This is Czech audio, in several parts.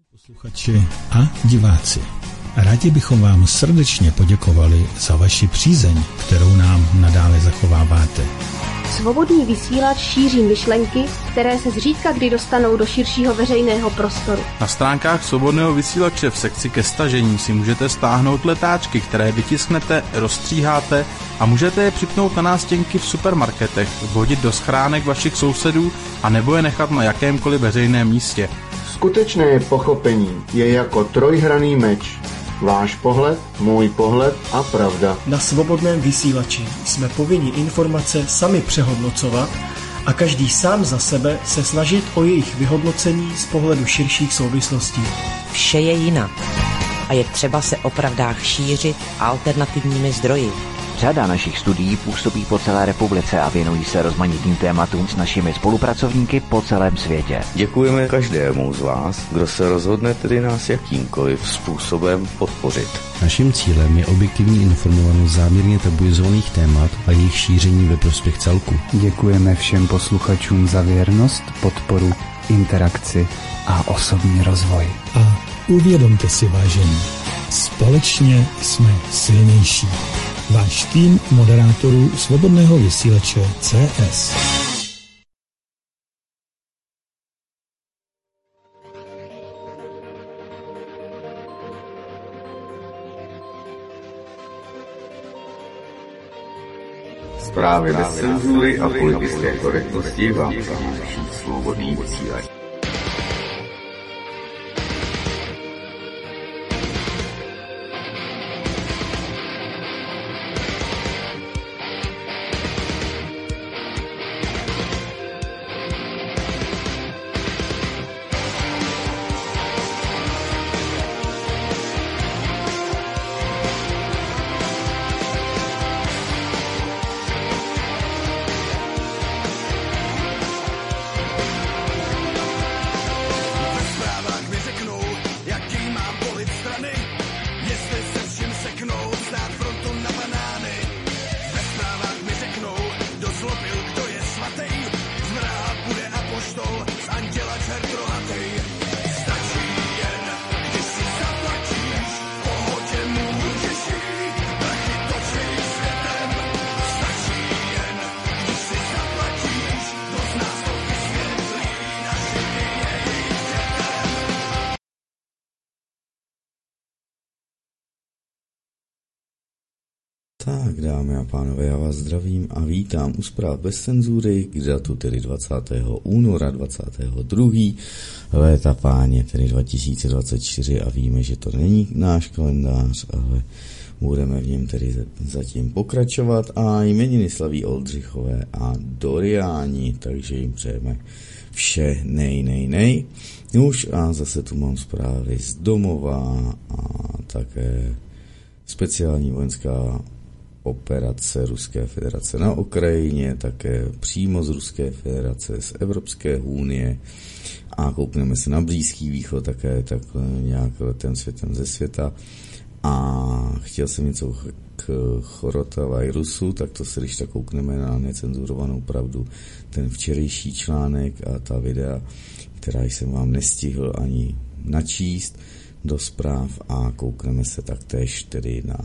Posluchači a diváci, rádi bychom vám srdečně poděkovali za vaši přízeň, kterou nám nadále zachováváte. Svobodný vysílač šíří myšlenky, které se zřídka kdy dostanou do širšího veřejného prostoru. Na stránkách Svobodného vysílače v sekci ke stažení si můžete stáhnout letáčky, které vytisknete, rozstříháte a můžete je připnout na nástěnky v supermarketech, vhodit do schránek vašich sousedů a nebo je nechat na jakémkoliv veřejném místě. Skutečné pochopení je jako trojhranný meč. Váš pohled, můj pohled a pravda. Na Svobodném vysílači jsme povinni informace sami přehodnocovat a každý sám za sebe se snažit o jejich vyhodnocení z pohledu širších souvislostí. Vše je jinak a je třeba se o pravdách šířit alternativními zdroji. Řada našich studií působí po celé republice a věnují se rozmanitým tématům s našimi spolupracovníky po celém světě. Děkujeme každému z vás, kdo se rozhodne tedy nás jakýmkoliv způsobem podpořit. Naším cílem je objektivní informovanost záměrně tabuizovaných témat a jejich šíření ve prospěch celku. Děkujeme všem posluchačům za věrnost, podporu, interakci a osobní rozvoj. A uvědomte si, vážení, společně jsme silnější. Váš tým moderátorů Svobodného vysílače CS. Zprávy bez cenzury a politické korektnosti vám přináší Svobodný vysílač. Tak, dámy a pánové, já vás zdravím a vítám u zpráv bez cenzury k datu tedy 20. února 22. léta páně, tedy 2024 a víme, že to není náš kalendář, ale budeme v něm tedy zatím pokračovat a jmeniny slaví Oldřichové a Doriáni, takže jim přejeme vše nej. Už a zase tu mám zprávy z domova a také speciální vojenská operace Ruské federace na Ukrajině, také přímo z Ruské federace, z Evropské unie a koukneme se na Blízký východ, také tak nějak letem světem ze světa a chtěl jsem něco k chorotavirusu, tak to se když tak koukneme na necenzurovanou pravdu, ten včerejší článek a ta videa, která jsem vám nestihl ani načíst do zpráv a koukneme se taktéž tedy na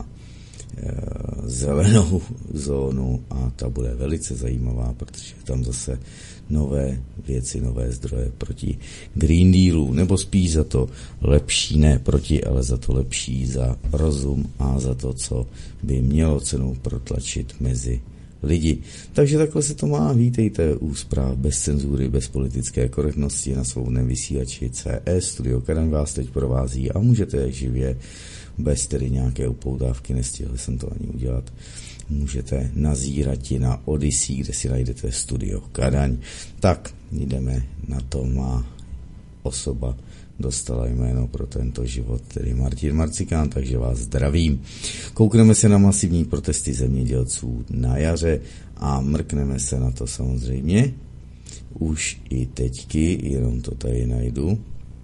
zelenou zónu a ta bude velice zajímavá, protože tam zase nové věci, nové zdroje proti Green Dealu, nebo spíš za to lepší, ne proti, ale za to lepší, za rozum a za to, co by mělo cenu protlačit mezi lidi. Takže takhle se to má, vítejte u zpráv bez cenzury, bez politické korektnosti na Svobodném vysílači CS. Studio Kadaň vás teď provází a můžete živě, bez tedy nějaké upoutávky, nestihl jsem to ani udělat, můžete nazírat i na Odyssey, kde si najdete Studio Kadaň. Tak, jdeme na to, má osoba dostala jméno pro tento život, tedy Martin Marcikán, takže vás zdravím. Koukneme se na masivní protesty zemědělců na jaře a mrkneme se na to samozřejmě už i teďky, jenom to tady najdu.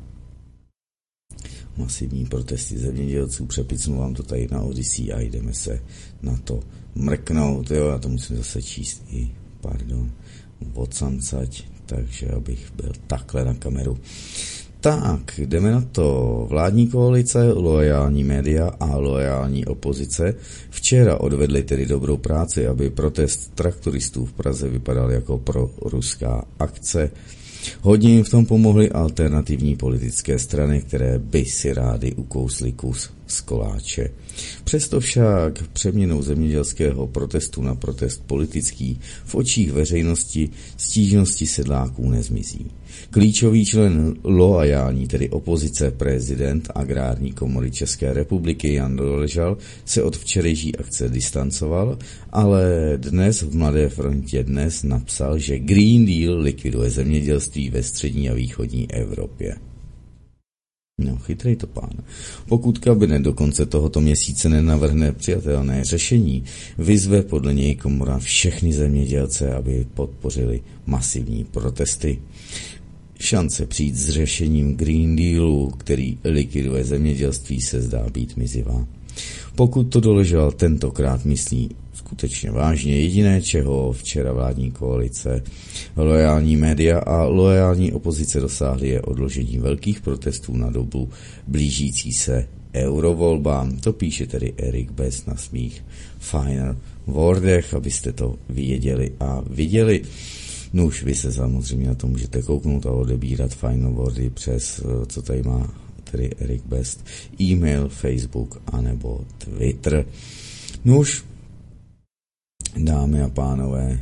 Masivní protesty zemědělců, přepicnu vám to tady na Odyssey a jdeme se na to mrknout. Jo, já to musím zase číst i, odsancať, takže abych byl takhle na kameru. Tak, jdeme na to. Vládní koalice, loajální média a loajální opozice včera odvedli tedy dobrou práci, aby protest traktoristů v Praze vypadal jako proruská akce. Hodně jim v tom pomohly alternativní politické strany, které by si rády ukously kus z koláče. Přesto však přeměnou zemědělského protestu na protest politický v očích veřejnosti stížnosti sedláků nezmizí. Klíčový člen loajální, tedy opozice, prezident Agrární komory České republiky Jan Doležal se od včerejší akce distancoval, ale dnes v Mladé frontě dnes napsal, že Green Deal likviduje zemědělství ve střední a východní Evropě. No, chytrej to pán. Pokud kabinet do konce tohoto měsíce nenavrhne přijatelné řešení, vyzve podle něj komora všechny zemědělce, aby podpořili masivní protesty. Šance přijít s řešením Green Dealu, který likviduje zemědělství, se zdá být mizivá. Pokud to Doležal tentokrát myslí skutečně vážně, jediné, čeho včera vládní koalice, loajální média a loajální opozice dosáhly, je odložení velkých protestů na dobu blížící se eurovolbám. To píše tedy Erik Best na svých Finer Wordech, abyste to věděli a viděli. No už vy se samozřejmě na to můžete kouknout a odebírat Final Wordy přes, co tady má tedy Erik Best, e-mail, Facebook anebo Twitter. No už, dámy a pánové,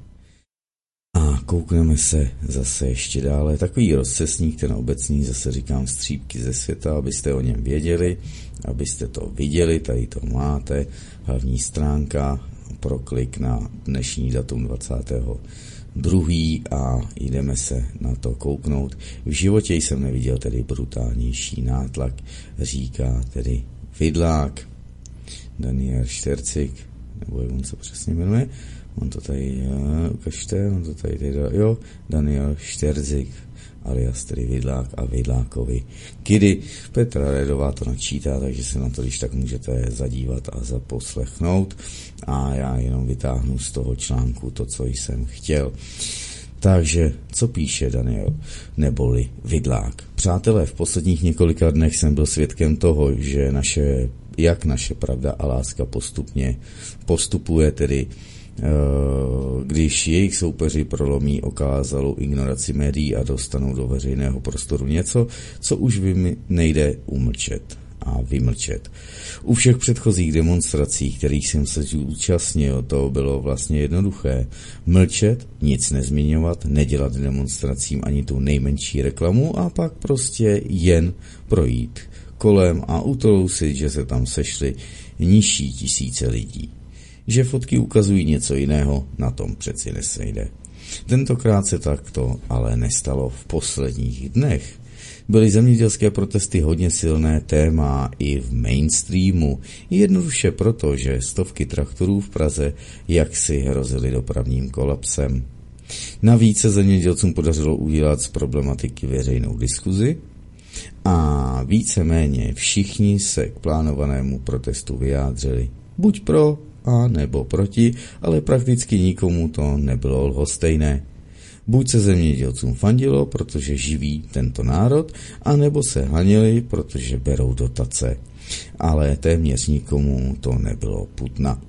a koukneme se zase ještě dále. Takový rozcesník, ten obecný, zase říkám střípky ze světa, abyste o něm věděli, abyste to viděli, tady to máte, hlavní stránka, proklik na dnešní datum 22. a jdeme se na to kouknout. V životě jsem neviděl tedy brutálnější nátlak, říká tedy Vidlák, Daniel Štercik, nebo jak on se přesně jmenuje, on to tady, ukažte, on to tady jo, Daniel Štercik, alias tedy Vidlák a Vidlákovi Kidy. Petra Redová to načítá, takže se na to když tak můžete zadívat a zaposlechnout. A já jenom vytáhnu z toho článku to, co jsem chtěl. Takže, co píše Daniel, neboli Vidlák. Přátelé, v posledních několika dnech jsem byl svědkem toho, že jak naše pravda a láska postupuje tedy, když jejich soupeři prolomí okázalou ignoraci médií a dostanou do veřejného prostoru něco, co už nejde umlčet a vymlčet. U všech předchozích demonstrací, kterých jsem se zúčastnil, to bylo vlastně jednoduché. Mlčet, nic nezmiňovat, nedělat demonstracím ani tu nejmenší reklamu a pak prostě jen projít kolem a utrousit, že se tam sešly nižší tisíce lidí. Že fotky ukazují něco jiného, na tom přeci nesejde. Tentokrát se takto ale nestalo v posledních dnech. Byly zemědělské protesty hodně silné téma i v mainstreamu, jednoduše proto, že stovky traktorů v Praze jaksi hrozily dopravním kolapsem. Navíc se zemědělcům podařilo udělat z problematiky veřejnou diskuzi a víceméně všichni se k plánovanému protestu vyjádřili. Buď pro, a nebo proti, ale prakticky nikomu to nebylo lhostejné. Buď se zemědělcům fandilo, protože živí tento národ, anebo se hanili, protože berou dotace. Ale téměř nikomu to nebylo putna.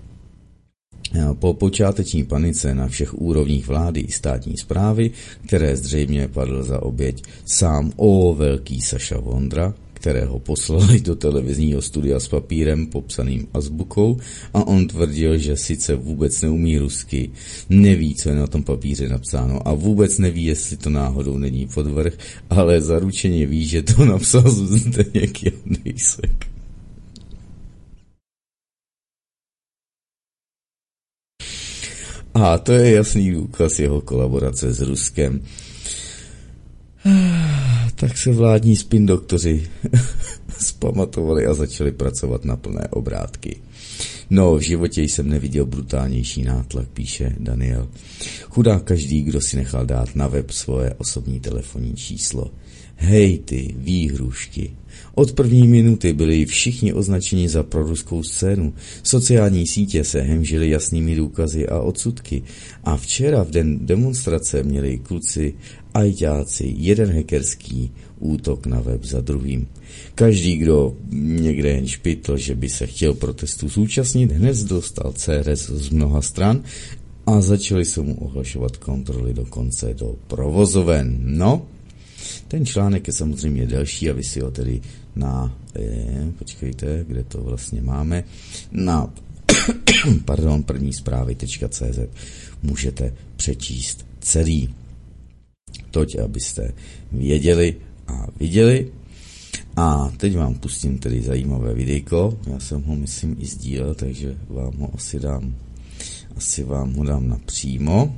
Po počáteční panice na všech úrovních vlády i státní správy, které zřejmě padl za oběť sám velký Saša Vondra, kterého poslali do televizního studia s papírem popsaným azbukou a on tvrdil, že sice vůbec neumí rusky, neví, co je na tom papíře napsáno a vůbec neví, jestli to náhodou není podvrh, ale zaručeně ví, že to napsal Zdeněk Jandejsek. A to je jasný důkaz jeho kolaborace s Ruskem. Tak se vládní spin doktoři zpamatovali a začali pracovat na plné obrátky. No, v životě jsem neviděl brutálnější nátlak, píše Daniel. Chudák každý, kdo si nechal dát na web svoje osobní telefonní číslo. Hej ty, výhrušky. Od první minuty byli všichni označeni za proruskou scénu. Sociální sítě se hemžily jasnými důkazy a odsudky. A včera v den demonstrace měli kluci ajťáci, jeden hackerský útok na web za druhým. Každý, kdo někde jen špitl, že by se chtěl protestu zúčastnit, hned dostal CRS z mnoha stran a začali se mu ohlašovat kontroly dokonce do provozoven. No, ten článek je samozřejmě delší a vy si ho tedy na, počkejte, kde to vlastně máme, na prvnízprávy.cz můžete přečíst celý. Toť, abyste věděli a viděli. A teď vám pustím tedy zajímavé videjko. Já jsem ho, myslím, i sdílel, takže vám ho asi vám ho dám napřímo.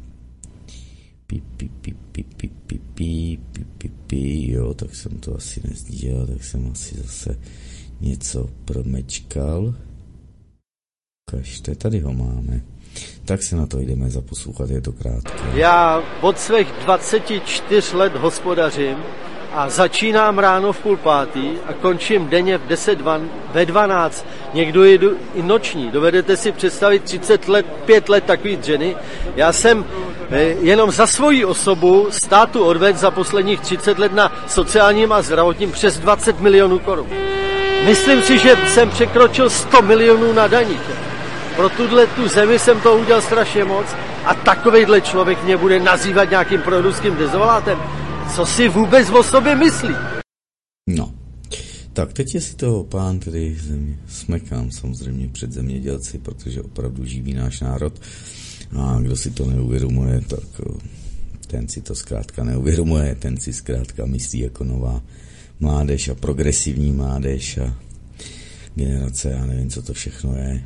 Jo, tak jsem to asi nesdílel, tak jsem asi zase něco promečkal. Ukažte, tady ho máme. Tak se na to jdeme zaposlouchat, je to krátké. Já od svých 24 let hospodařím a začínám ráno v 4:30 a končím denně v 10, ve 12. Někdo jedu i noční. Dovedete si představit 30 let, 5 let takový dřeny. Já jsem jenom za svoji osobu státu odvedl za posledních 30 let na sociálním a zdravotním přes 20 milionů korun. Myslím si, že jsem překročil 100 milionů na daních. Pro tu zemi jsem to udělal strašně moc a takovejhle člověk mě bude nazývat nějakým proruským dezolátem. Co si vůbec o sobě myslí? No, tak teď je si toho pán, který smekám samozřejmě před zemědělci, protože opravdu živí náš národ a kdo si to neuvědomuje, tak ten si to zkrátka neuvědomuje, ten si zkrátka myslí jako nová mládež a progresivní mládež a generace, já nevím, co to všechno je.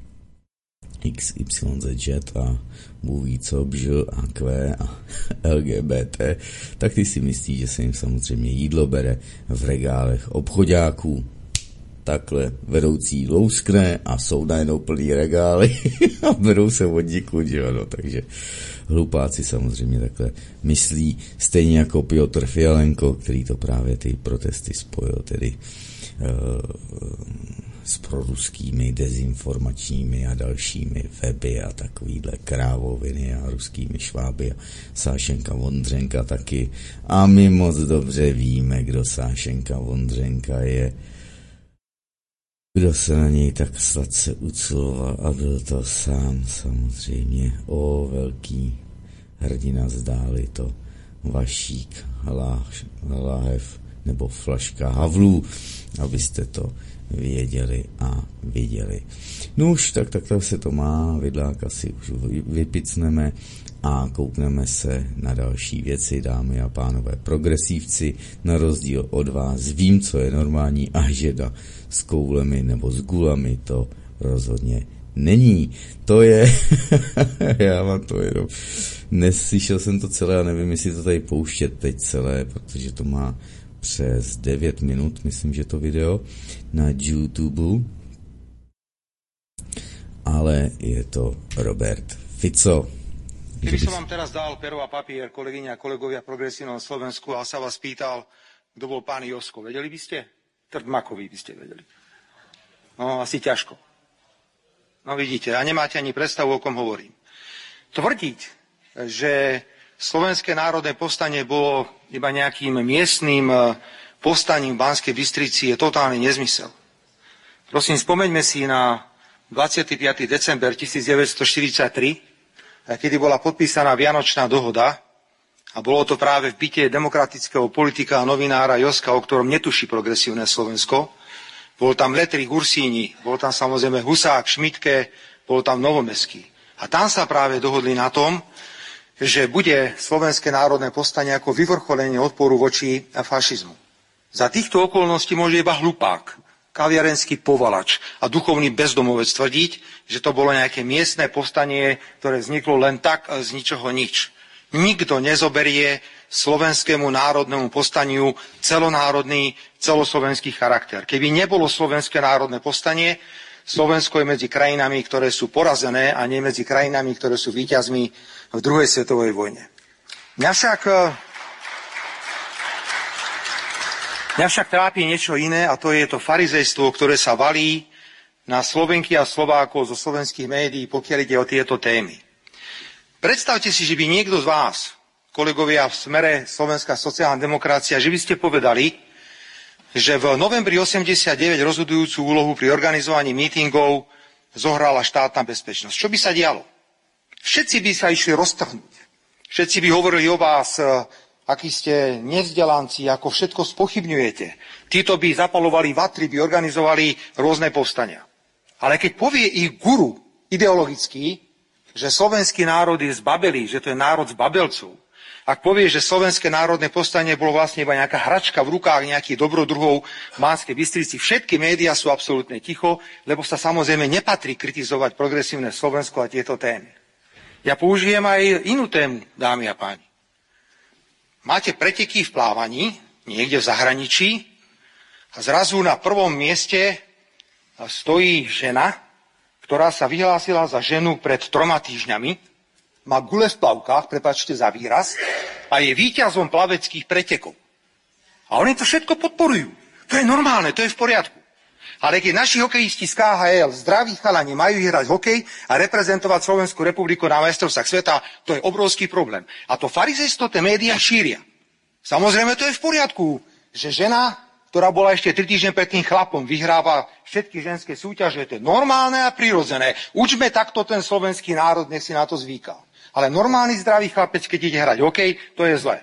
XYZ a mluví co, bžl, AQ a LGBT, tak ty si myslí, že se jim samozřejmě jídlo bere v regálech obchoďáků. Takhle vedoucí louskne a jsou najednou plný regály a berou se od nikud, že ano, takže hlupáci samozřejmě takhle myslí, stejně jako Piotr Fialenko, který to právě ty protesty spojil tedy s proruskými dezinformačními a dalšími weby a takovýhle krávoviny a ruskými šváby a Sášenka Vondřenka taky. A my moc dobře víme, kdo Sášenka Vondřenka je, kdo se na něj tak sladce uciloval a byl to sám samozřejmě. Velký hrdina, zdáli to Vašík, Láhev nebo Flaška Havlů, abyste to věděli a viděli. No už tak se to má, vidláka si už vypicneme a koukneme se na další věci, dámy a pánové progresívci, na rozdíl od vás vím, co je normální a žena s koulemi nebo s gulami to rozhodně není. To je, já mám to jenom, neslyšel jsem to celé a nevím, jestli to tady pouštět teď celé, protože to má přes 9 minut, myslím, že to video na YouTube, ale je to Robert Fico. Keby som vám teraz dal pero a papier, kolegyne a kolegovia v progresívnom Slovensku, a sa vás pýtal, kto bol pán Josko, vedeli by ste? Trdmakový by ste vedeli. No, asi ťažko. No vidíte, a nemáte ani predstavu, o kom hovorím. Tvrdiť, že Slovenské národné povstanie bolo iba nejakým miestnym povstaním v Banskej Bystrici, je totálny nezmysel. Prosím, spomeňme si na 25. december 1943, kedy bola podpísaná Vianočná dohoda a bolo to práve v byte demokratického politika a novinára Joska, o ktorom netuší progresívne Slovensko. Bol tam Letrik, Ursíni, bol tam samozrejme Husák, Šmitke, bol tam Novomeský. A tam sa práve dohodli na tom, že bude Slovenské národné povstanie ako vyvrcholenie odporu voči fašizmu. Za týchto okolností môže iba hlupák, kaviarenský povalač a duchovný bezdomovec tvrdiť, že to bolo nejaké miestne povstanie, ktoré vzniklo len tak z ničoho nič. Nikto nezoberie Slovenskému národnému povstaniu celonárodný, celoslovenský charakter. Keby nebolo Slovenské národné povstanie, Slovensko je medzi krajinami, ktoré sú porazené a nie medzi krajinami, ktoré sú víťazmi v druhej svetovej vojne. Mňa však trápi niečo iné a to je to farizejstvo, ktoré sa valí na Slovenky a Slovákov zo slovenských médií, pokiaľ ide o tieto témy. Predstavte si, že by niekto z vás kolegovia v Smere Slovenská sociálna demokracia, že by ste povedali, že v novembri 89 rozhodujúcu úlohu pri organizovaní mítingov zohrala štátna bezpečnosť. Čo by sa dialo? Všetci by sa išli roztrhnúť. Všetci by hovorili o vás, akí ste nevzdelanci, ako všetko spochybňujete. Títo by zapalovali vatry, by organizovali rôzne povstania. Ale keď povie ich guru ideologický, že slovenský národ je zbabelý, že to je národ zbabelcov, ak povie, že slovenské národné povstanie bolo vlastne iba nejaká hračka v rukách nejakých dobrodruhov v Banskej Bystrici, všetky médiá sú absolútne ticho, lebo sa samozrejme nepatrí kritizovať progresívne Slovensko a tieto témy. Ja použijem aj inú tému, dámy a páni. Máte preteky v plávaní, niekde v zahraničí, a zrazu na prvom mieste stojí žena, ktorá sa vyhlásila za ženu pred 3 týždňami, má gule v plavkách, prepáčte za výraz, a je víťazom plaveckých pretekov. A oni to všetko podporujú. To je normálne, to je v poriadku. Ale keď naši hokejisti z KHL, zdraví chalani, majú hrať hokej a reprezentovať Slovenskú republiku na majstrovstvách sveta, to je obrovský problém. A to farizejstvo tie médiá šíria. Samozrejme, to je v poriadku, že žena, ktorá bola ešte 3 týždne pred tým chlapom, vyhráva všetky ženské súťaže, to je normálne a prirodzené. Učme takto ten slovenský národ, nech si na to zvyká. Ale normálny zdravý chlapec, keď ide hrať hokej, to je zlé.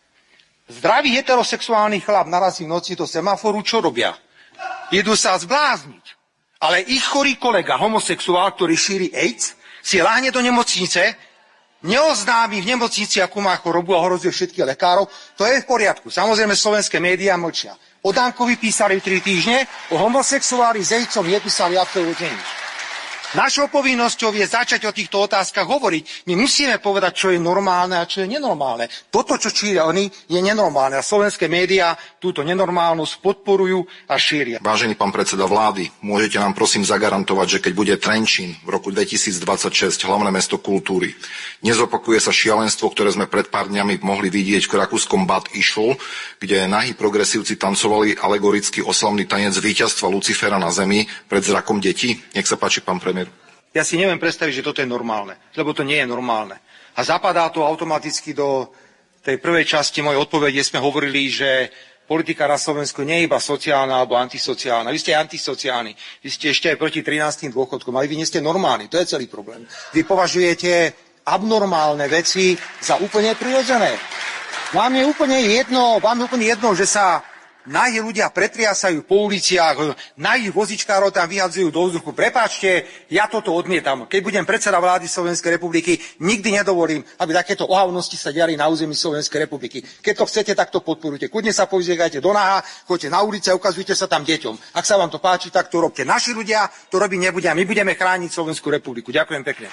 Zdravý heterosexuálny chlap narazí v noci do semaforu, čo robia? Idú sa zblázniť. Ale ich chorý kolega, homosexuál, ktorý šíri AIDS, si láhne do nemocnice, neoznámi v nemocnici, akú má chorobu a ohrozuje všetkých lekárov, to je v poriadku. Samozrejme, slovenské médiá mlčia. O Dankovi písali 3 týždne, o homosexuáli s AIDS-om nepísali absolútne nič. Našou povinnosťou je začať o týchto otázkach hovoriť. My musíme povedať, čo je normálne a čo je nenormálne. Toto, čo šíria oni, je nenormálne. A slovenské médiá túto nenormálnosť podporujú a šíria. Vážený pán predseda vlády, môžete nám prosím zagarantovať, že keď bude Trenčín v roku 2026 hlavné mesto kultúry, nezopakuje sa šialenstvo, ktoré sme pred pár dňami mohli vidieť v rakúskom Bad Ischl, kde nahí progresívci tancovali alegorický oslavný tanec víťazstva Lucifera na zemi pred zrakom detí? Nech sa páči, pán premiér. Ja si neviem predstaviť, že toto je normálne, lebo to nie je normálne. A zapadá to automaticky do tej prvej časti mojej odpovede, kde sme hovorili, že politika na Slovensku nie je iba sociálna alebo antisociálna. Vy ste antisociálni, vy ste ešte aj proti 13. dôchodkom, ale vy nie ste normálni, to je celý problém. Vy považujete abnormálne veci za úplne prirodzené. Vám je úplne jedno, že sa nahí ľudia pretriasajú po uliciach, nahých vozičkárov tam vyhadzujú do vzduchu. Prepáčte, ja toto odmietam. Keď budem predseda vlády Slovenskej republiky, nikdy nedovolím, aby takéto ohavnosti sa diali na území Slovenskej republiky. Keď to chcete, tak to podporujte. Kľudne sa povzdiekajte do naha, choďte na ulice a ukazujte sa tam deťom. Ak sa vám to páči, tak to robte. Naši ľudia to robiť nebudia. My budeme chrániť Slovenskú republiku. Ďakujem pekne.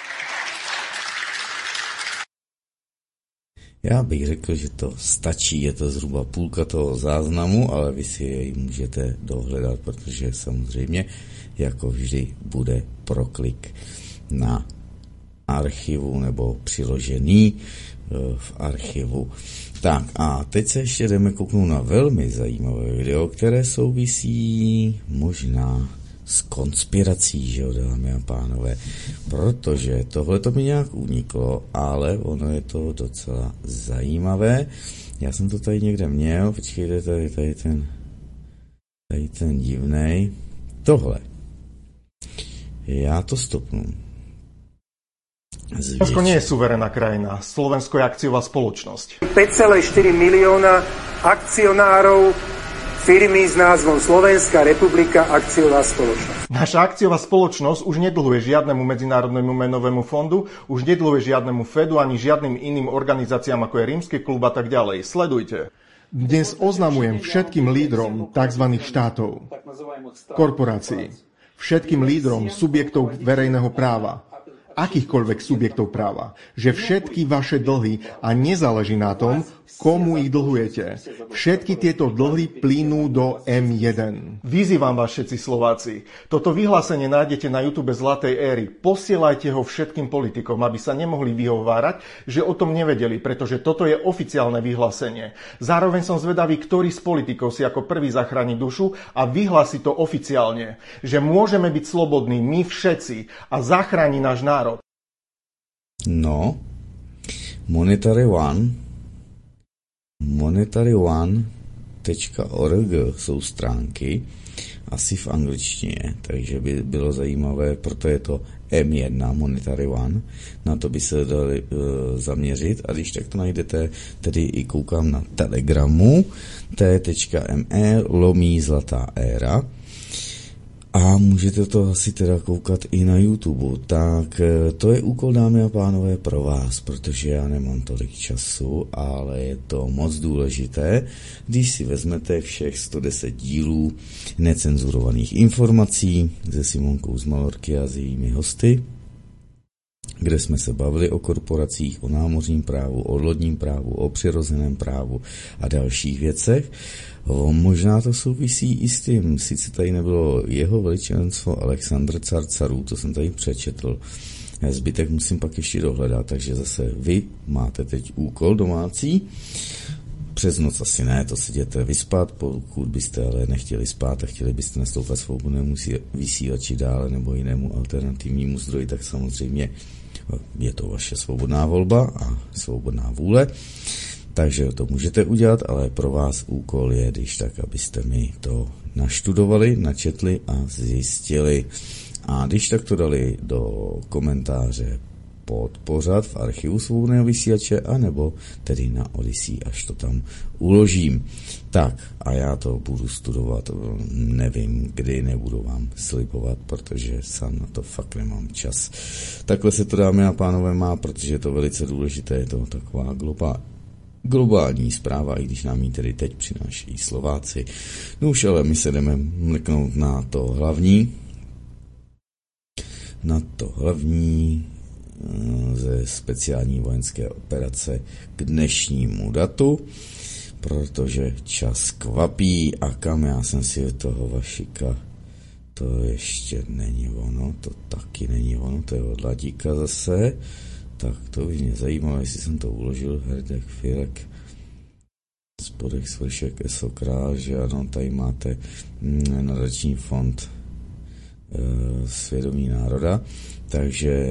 Já bych řekl, že to stačí, je to zhruba půlka toho záznamu, ale vy si jej můžete dohledat, protože samozřejmě, jako vždy, bude proklik na archivu nebo přiložený v archivu. Tak a teď se ještě jdeme kouknout na velmi zajímavé video, které souvisí možná s konspirací, že jo, dámy a pánové, protože tohle to mi nějak uniklo, ale ono je to docela zajímavé. Já jsem to tady někde měl, počkejte, tady ten divnej. Tohle. Já to stopnu. Slovensko nie je suverénna krajina. Slovensko je akciová spoločnosť. 5,4 milióna akcionárov firmy s názvom Slovenská republika akciová spoločnosť. Naša akciová spoločnosť už nedlhuje žiadnemu medzinárodnému menovému fondu, už nedlhuje žiadnemu Fedu ani žiadnym iným organizáciám ako je Rímsky klub a tak ďalej. Sledujte. Dnes oznamujem všetkým lídrom tzv. Štátov, korporácií, všetkým lídrom subjektov verejného práva, akýchkoľvek subjektov práva, že všetky vaše dlhy, a nezáleží na tom, komu ich dlhujete, všetky tieto dlhy plynú do M1. Vyzývam vás všetci Slováci. Toto vyhlásenie nájdete na YouTube Zlatej éry. Posielajte ho všetkým politikom, aby sa nemohli vyhovárať, že o tom nevedeli, pretože toto je oficiálne vyhlásenie. Zároveň som zvedavý, ktorý z politikov si ako prvý zachráni dušu a vyhlási to oficiálne, že môžeme byť slobodní my všetci a zachráni náš národ. No, MonetaryOne.org jsou stránky, asi v angličtině, takže by bylo zajímavé, proto je to M1, Monetary One, na to by se dali zaměřit a když tak to najdete, tedy i koukám na Telegramu, t.me/zlatá-éra a můžete to asi teda koukat i na YouTube. Tak to je úkol, dámy a pánové, pro vás, protože já nemám tolik času, ale je to moc důležité, když si vezmete všech 110 dílů necenzurovaných informací se Simonkou z Malorky a s jejími hosty, kde jsme se bavili o korporacích, o námořním právu, o lodním právu, o přirozeném právu a dalších věcech. Možná to souvisí i s tím, sice tady nebylo jeho veličenstvo Alexandr car carů, to jsem tady přečetl, zbytek musím pak ještě dohledat, takže zase vy máte teď úkol domácí, přes noc asi ne, to si jděte vyspat, pokud byste ale nechtěli spát a chtěli byste naslouchat svobodnému vysílači dále nebo jinému alternativnímu zdroji, tak samozřejmě je to vaše svobodná volba a svobodná vůle. Takže to můžete udělat, ale pro vás úkol je, když tak, abyste mi to naštudovali, načetli a zjistili. A když tak to dali do komentáře pod pořad v archivu svobodného vysílače, anebo tedy na Odyssey, až to tam uložím. Tak a já to budu studovat, nevím kdy, nebudu vám slibovat, protože sám na to fakt nemám čas. Takhle se to, dámy a pánové, má, protože je to velice důležité, je to taková globální zpráva, i když nám ji tedy teď přinášejí Slováci. No už ale my se jdeme mlknout na to hlavní ze speciální vojenské operace k dnešnímu datu, protože čas kvapí a kam já jsem si toho Vašika, to ještě není ono, to taky není ono, to je od Ladíka zase, tak to by mě zajímalo, jestli jsem to uložil, Herdek, Firek, spodek, svršek, Esokrál, že ano, tady máte nadační fond Svědomí národa, takže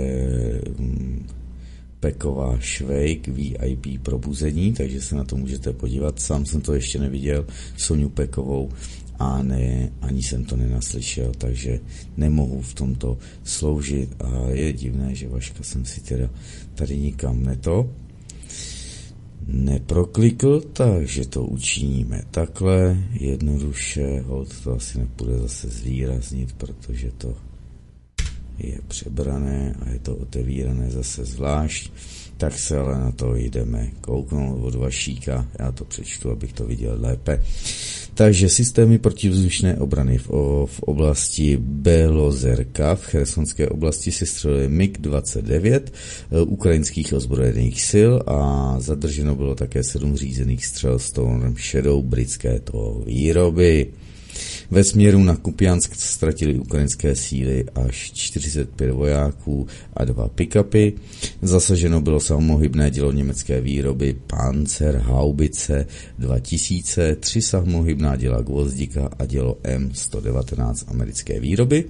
Peková Švejk, VIP probuzení, takže se na to můžete podívat, sám jsem to ještě neviděl, Soňu Pekovou, a ne, ani jsem to nenaslyšel, takže nemohu v tomto sloužit a je divné, že Vaška jsem si teda tady nikam neproklikl, takže to učiníme takhle jednoduše, to asi nepůjde zase zvýraznit, protože to je přebrané a je to otevírané zase zvlášť, tak se ale na to jdeme kouknout od Vašíka, já to přečtu, abych to viděl lépe. Takže systémy protivzdušné obrany v oblasti Belozerka v Chersonské oblasti se střelili MiG-29 ukrajinských ozbrojených sil a zadrženo bylo také 7 řízených střel Storm Shadow britské to výroby. Ve směru na Kupiansk ztratili ukrajinské síly až 45 vojáků a 2 pick-upy. Zasaženo bylo samohybné dělo německé výroby Panzerhaubitze 2000, 3 samohybná děla Gvozdika a dělo M119 americké výroby.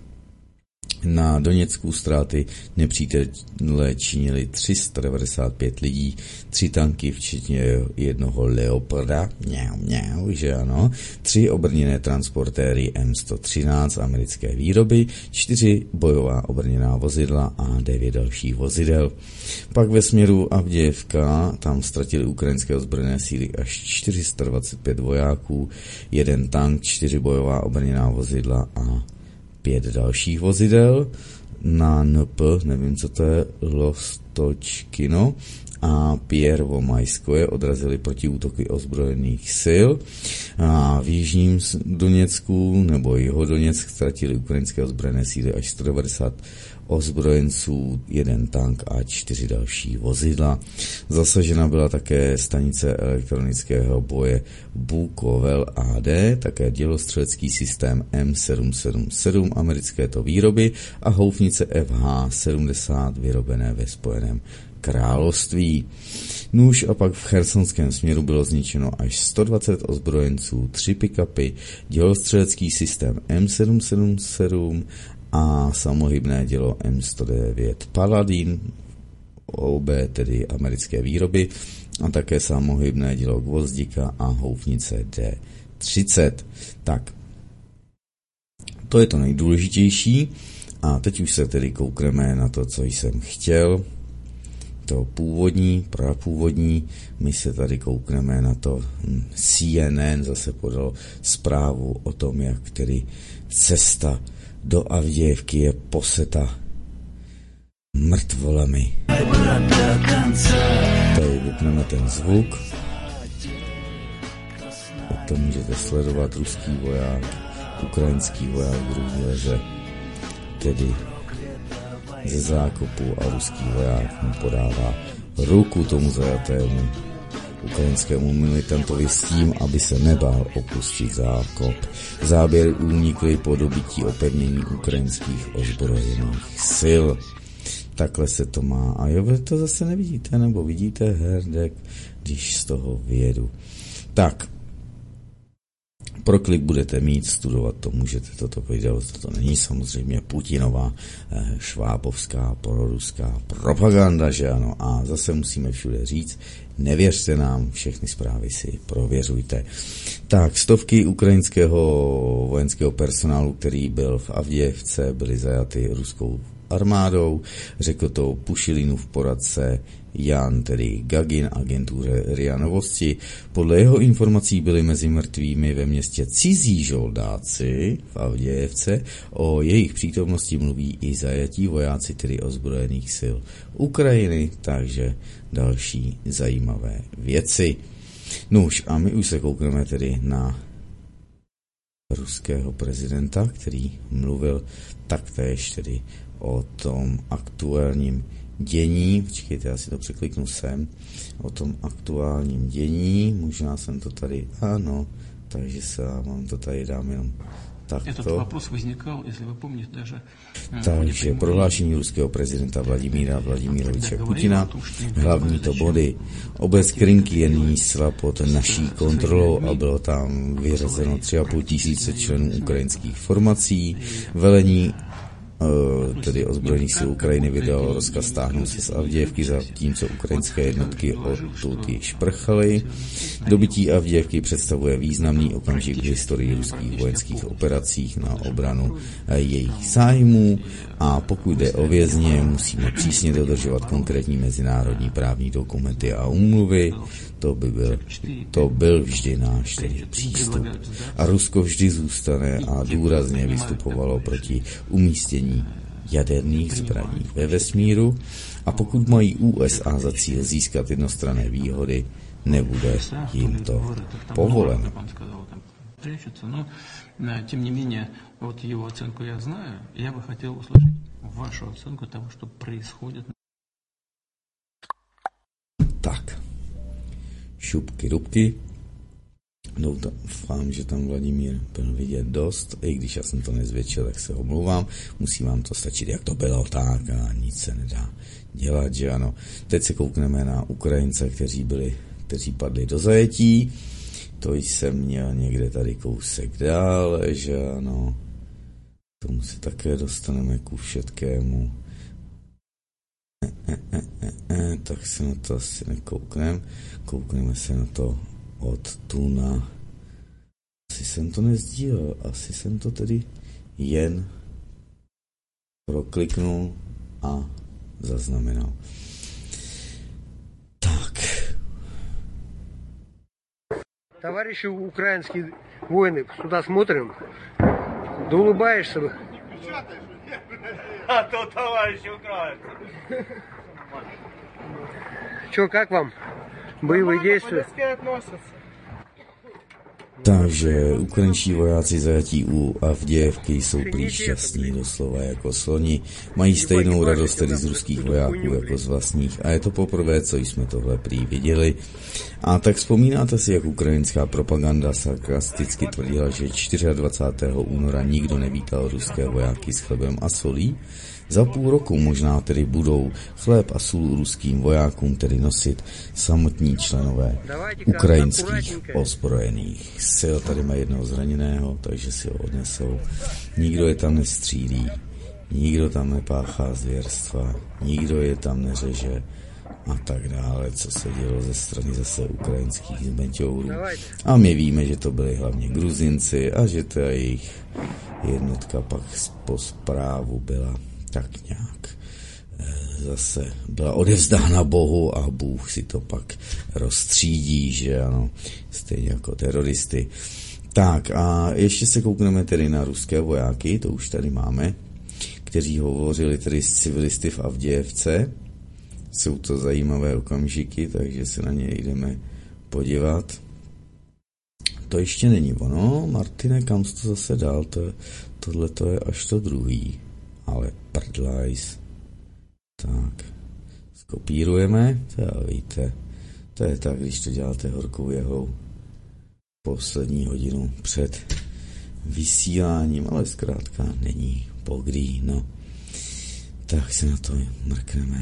Na Doněcku ztráty nepřítele činili 395 lidí, 3 tanky, včetně jednoho Leoparda, že ano, 3 obrněné transportéry M113 americké výroby, 4 bojová obrněná vozidla a 9 dalších vozidel. Pak ve směru Avdějevka tam ztratili ukrajinské ozbrojené síly až 425 vojáků, 1 tank, 4 bojová obrněná vozidla a 5 dalších vozidel. Na NP, nevím, co to je, Lostočkino a Piervo-Majskoje odrazili protiútoky ozbrojených sil a v jižním Doněcku nebo Jihodoněck ztratili ukrajinské ozbrojené síly až 190 ozbrojenců, 1 tank a 4 další vozidla. Zasažena byla také stanice elektronického boje Bukovel AD, také dělostřelecký systém M777 americké to výroby a houfnice FH-70 vyrobené ve Spojeném království. Nůž a pak v chersonském směru bylo zničeno až 120 ozbrojenců, 3 pick-upy, dělostřelecký systém M777 a samohybné dělo M109 Paladin OB, tedy americké výroby, a také samohybné dělo Gvozdika a houfnice D30. Tak, to je to nejdůležitější a teď už se tedy koukneme na to, co jsem chtěl. To původní, prapůvodní, my se tady koukneme na to. CNN zase podal zprávu o tom, jak tedy cesta do Avdějevky je poseta mrtvolami. Tady vypneme ten zvuk. Tak to můžete sledovat, ruský voják, ukrajinský voják druhý leze tedy ze zákopu a ruský voják mu podává ruku tomu zajatému ukrajinskému militantovi s tím, aby se nebál opustit zákop. Záběr unikly po dobytí opevnění ukrajinských ozbrojených sil. Takhle se to má. A jo, vy to zase nevidíte, nebo vidíte herdek, když z toho vyjedu. Tak, pro klik budete mít, studovat to můžete, toto video, to není samozřejmě Putinová švábovská proruská propaganda, že ano, a zase musíme všude říct, nevěřte nám, všechny zprávy si prověřujte. Tak, stovky ukrajinského vojenského personálu, který byl v Avdějevce, byly zajaty ruskou armádou, řekl to Pušilinův poradce Jan, tedy Gagin, agentuře RIA Novosti. Podle jeho informací byli mezi mrtvými ve městě cizí žoldáci v Avdějevce. O jejich přítomnosti mluví i zajatí vojáci, tedy ozbrojených sil Ukrajiny, takže další zajímavé věci. Nuž, a my už se koukneme tedy na ruského prezidenta, který mluvil taktéž tedy o tom aktuálním dění, počkejte, já si to překliknu sem, o tom aktuálním dění, možná jsem to tady, ano, takže se mám to tady dám jenom takto. Takže prohlášení ruského prezidenta Vladimíra Vladimiroviče Putina, hlavní to body. Obec Krynky je nyní zcela pod naší kontrolou a bylo tam vyřazeno 3,5 tisíce členů ukrajinských formací. Velení tedy ozbrojených sil Ukrajiny vydalo rozkaz stáhnout se z Avdějevky, zatímco ukrajinské jednotky odtud již prchaly. Dobytí Avdějevky představuje významný okamžik v historii ruských vojenských operacích na obranu jejich zájmů a pokud jde o vězně, musíme přísně dodržovat konkrétní mezinárodní právní dokumenty a úmluvy. To byl vždy náš přístup. A Rusko vždy zůstane a důrazně vystupovalo proti umístění jaderných zbraní ve vesmíru a pokud mají USA za cíl získat jednostranné výhody, nebude jim to povoleno. Тем не менее, вот его оценку я знаю, я бы хотел услышать вашу оценку того, что происходит. Tak, šupky, dubky. Doufám, že tam Vladimír byl vidět dost, i když já jsem to nezvětšil, tak se omlouvám. Musí vám to stačit, jak to bylo, tak a nic se nedá dělat, že ano. Teď se koukneme na Ukrajince, kteří padli do zajetí. To jsem měl někde tady kousek dále, že ano. K tomu se také dostaneme ku všetkému. Tak se na to asi nekoukneme. Koukneme se na to od Tuna. Asi jsem to nezdílel, asi jsem to tedy jen prokliknul a zaznamenal. Tak. Товарищи украинские воины, сюда смотрим. Да улыбаешься. А то товарищи украинцы. Че, как вам? Боевые действия? Takže ukrajinští vojáci zajatí u Avdějevky jsou prý šťastní, doslova jako sloni. Mají stejnou radost tedy z ruských vojáků jako z vlastních a je to poprvé, co jsme tohle prý viděli. A tak vzpomínáte si, jak ukrajinská propaganda sarkasticky tvrdila, že 24. února nikdo nevítal ruské vojáky s chlebem a solí? Za půl roku možná tedy budou chléb a sůl ruským vojákům tedy nosit samotní členové ukrajinských ozbrojených sil. Tady má jednoho zraněného, takže si ho odnesou. Nikdo je tam nestřílí. nikdo tam nepáchá zvěrstva, nikdo je tam neřeže a tak dále, co se dělo ze strany zase ukrajinských zmeťourů. A my víme, že to byli hlavně Gruzinci a že ta jejich jednotka pak po zprávu byla tak nějak zase byla odevzdána Bohu a Bůh si to pak rozstřídí, že ano, stejně jako teroristy. Tak a ještě se koukneme tedy na ruské vojáky, to už tady máme, kteří hovořili tedy s civilisty v Avdějevce. Jsou to zajímavé okamžiky, takže se na ně jdeme podívat. To ještě není ono, Martine, kam jsi to zase dal? Tohle to je až to druhý, ale prdlajs. Tak, skopírujeme, to víte, to je tak, když to děláte horkou jehou poslední hodinu před vysíláním, ale zkrátka není pogrý, no. Tak se na to mrkneme.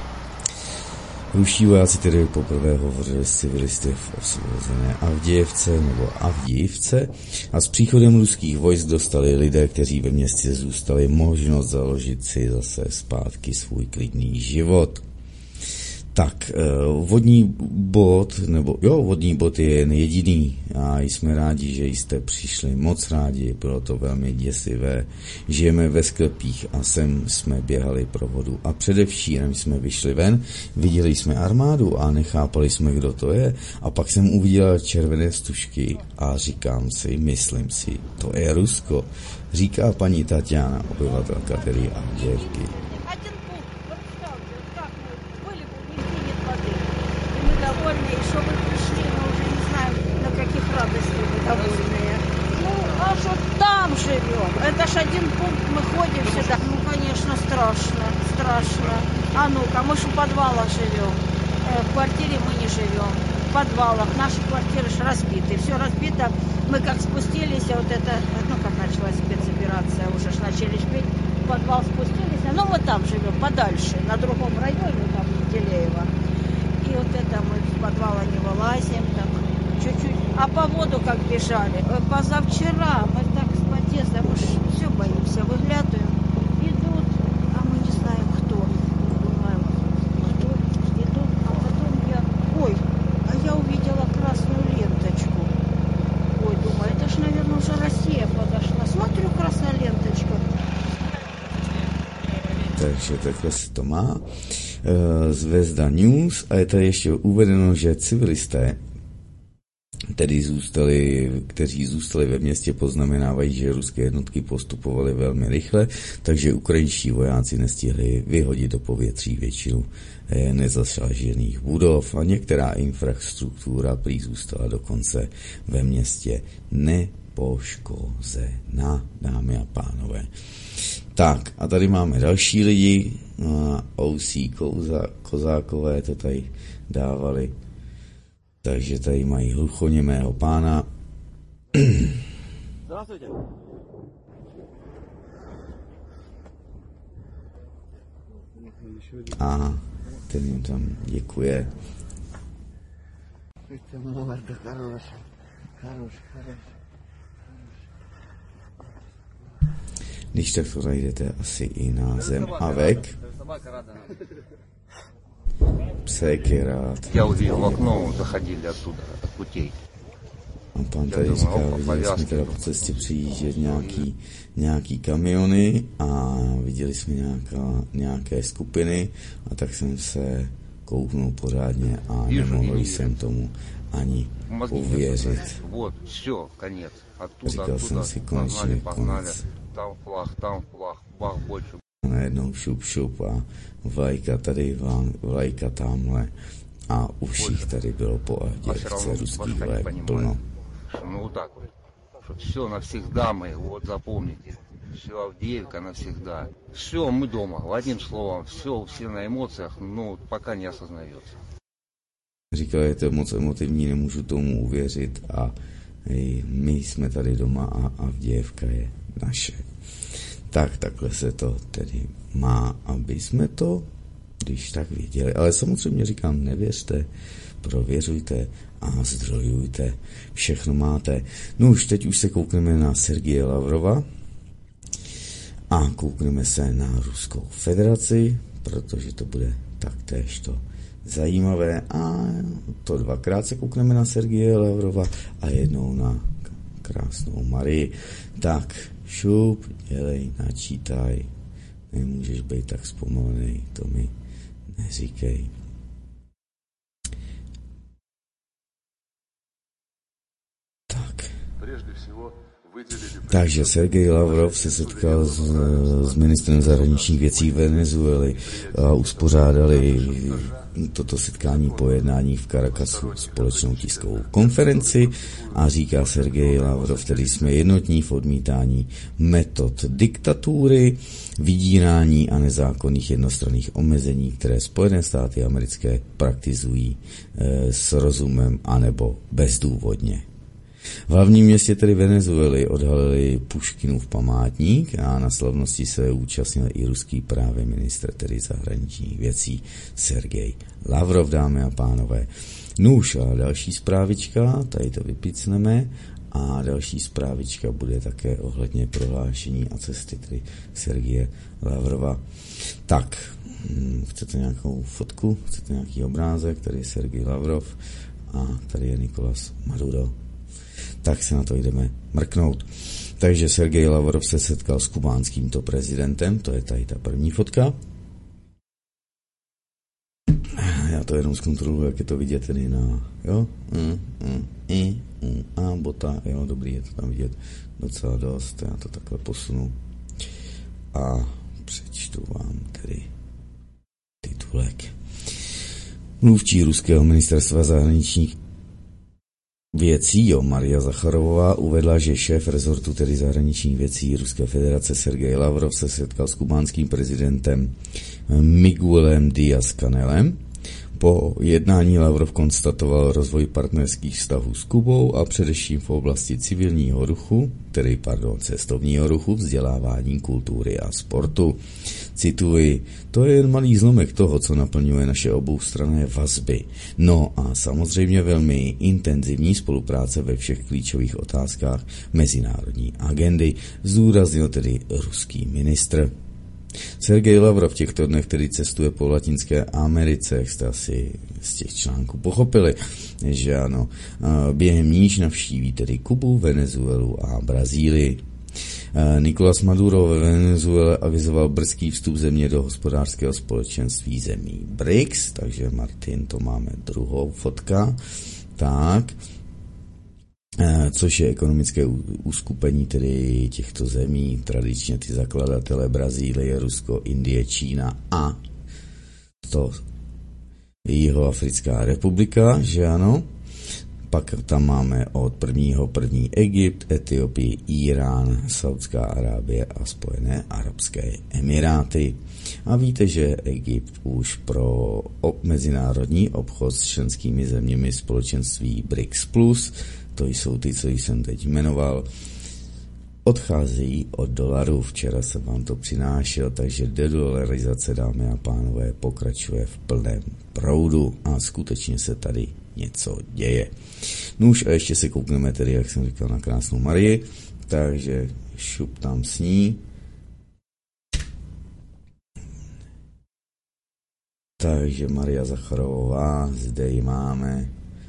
Ruští vojáci tedy poprvé hovořili s civilisty v osvobozené Avdějevce nebo Avdijivce a s příchodem ruských vojsk dostali lidé, kteří ve městě zůstali, možnost založit si zase zpátky svůj klidný život. Tak, vodní bod je jen jediný a jsme rádi, že jste přišli, moc rádi, bylo to velmi děsivé. Žijeme ve sklepích a sem jsme běhali pro vodu a předevčírem jsme vyšli ven, viděli jsme armádu a nechápali jsme, kdo to je a pak jsem uviděl červené stužky a říkám si, myslím si, to je Rusko, říká paní Tatiana, obyvatelka tedy Avdějevky. Там живем. Это ж один пункт, мы ходим сюда. Ну, конечно, страшно. А ну-ка, мы ж в подвалах живем. В квартире мы не живем. В подвалах. Наши квартиры ж разбиты. Все разбито. Мы как спустились, вот это, ну, как началась спецоперация, уже ж начали шпеть. В подвал спустились. Ну, мы там живем, подальше, на другом районе, там, Телеева. И вот это мы с подвала не вылазим, так, чуть-чуть. А по воду как бежали. Позавчера мы так с подъезда, мы все боимся, выглядываем, идут, а мы не знаем кто. Думаем, кто идут, а потом я увидела красную ленточку. Ой, думаю, это ж, наверное, уже Россия подошла. Смотрю, красная ленточка. Takže takhle se to má. Zvezda News a je tady ještě uvedeno, že civilisté, kteří zůstali ve městě, poznamenávají, že ruské jednotky postupovaly velmi rychle, takže ukrajinští vojáci nestihli vyhodit do povětří většinu nezasažených budov a některá infrastruktura prý zůstala dokonce ve městě nepoškozená, dámy a pánové. Tak, a tady máme další lidi, OC Kozákové to tady dávali. Takže tady mají hluchoněmého pána. Здравствуйте. A ten jim tam děkuje. Když tak to najdete asi i na Zem Avek. Psek je rád. Já uviděl v okno, zachodili odtuda, od putей. A pan tady říká, viděli jsme teda po cestě přijíždět nějaký kamiony a viděli jsme nějaké skupiny a tak jsem se kouknul pořádně a nemohl jsem tomu ani uvěřit. Říkal jsem si konečně konec. A najednou šup a vlajka tady, vlajka tamhle a u všich tady bylo po Avdějevce ruských vlajek plno. Ну так вот, что все навсегда мы, вот запомните, все Авдеевка навсегда, все мы дома, одним словом, все на эмоциях, но пока не осознается. Říkal, je to moc emotivní, nemůžu tomu uvěřit a my jsme tady doma a Avdějevka je naše. Tak takhle se to tedy má, aby jsme to, když tak věděli. Ale samozřejmě říkám, nevěřte, prověřujte a zdrojujte. Všechno máte. No už teď se koukneme na Sergeje Lavrova. A koukneme se na Ruskou federaci, protože to bude taktéž to zajímavé. A to dvakrát se koukneme na Sergeje Lavrova a jednou na krásnou Marii. Tak, šup, dělej, načítaj. Nemůžeš být tak zpomalený, to mi neříkej. Takže Sergej Lavrov se setkal s ministrem zahraničních věcí Venezuely a uspořádali toto setkání po jednání v Caracasu společnou tiskovou konferenci a říká Sergej Lavrov, tedy jsme jednotní v odmítání metod diktatury, vydírání a nezákonných jednostranných omezení, které Spojené státy americké praktizují s rozumem anebo bezdůvodně. V hlavním městě tedy Venezuely odhalili Puškinův památník a na slavnosti se účastnil i ruský právě ministr, tedy zahraničních věcí Sergej Lavrov, dámy a pánové. Nuž a další zprávička, tady to vypicneme a další zprávička bude také ohledně prohlášení a cesty tedy Sergeje Lavrova. Tak, chcete nějakou fotku, chcete nějaký obrázek, tady je Sergej Lavrov a tady je Nicolás Maduro. Tak se na to jdeme mrknout. Takže Sergej Lavrov se setkal s kubánským prezidentem, to je tady ta první fotka. Já to jenom zkontroluji, jak je to vidět tedy na, jo, a bota, jo, dobrý, je to tam vidět docela dost, já to takhle posunu a přečtu vám tedy titulek. Mluvčí ruského ministerstva zahraničních věcí, Maria Zacharovová, uvedla, že šéf rezortu, tedy zahraničních věcí Ruské federace Sergej Lavrov se setkal s kubánským prezidentem Miguelem Díaz-Canelem. Po jednání Lavrov konstatoval rozvoj partnerských vztahů s Kubou a především v oblasti civilního ruchu, cestovního ruchu, vzdělávání, kultury a sportu. Cituji, to je jen malý zlomek toho, co naplňuje naše oboustranné vazby. No a samozřejmě velmi intenzivní spolupráce ve všech klíčových otázkách mezinárodní agendy, zdůraznil tedy ruský ministr. Sergej Lavrov v těchto dnech, který cestuje po Latinské Americe, jak jste asi z těch článků pochopili, že ano, během níž navštíví tedy Kubu, Venezuelu a Brazílii. Nicolás Maduro ve Venezuele avizoval brzký vstup země do hospodářského společenství zemí BRICS, takže Martin, to máme druhou fotka, tak, což je ekonomické uskupení tedy těchto zemí, tradičně ty zakladatele Brazílie, Rusko, Indie, Čína a to Jihoafrická republika, že ano. Pak tam máme od 1.1. Egypt, Etiopii, Irán, Saudská Arábie a Spojené arabské emiráty. A víte, že Egypt už pro mezinárodní obchod s členskými zeměmi společenství BRICS+, to jsou ty, co jsem teď jmenoval, odcházejí od dolaru. Včera jsem vám to přinášel, takže dedolarizace, dámy a pánové, pokračuje v plném proudu a skutečně se tady něco děje. No už a ještě se koukneme tedy, jak jsem říkal, na krásnou Marii, takže šup tam s ní. Takže Maria Zacharovová, zde ji máme.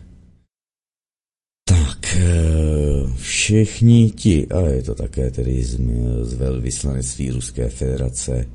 Tak, všichni ti, a je to také tedy z velvyslanectví Ruské federace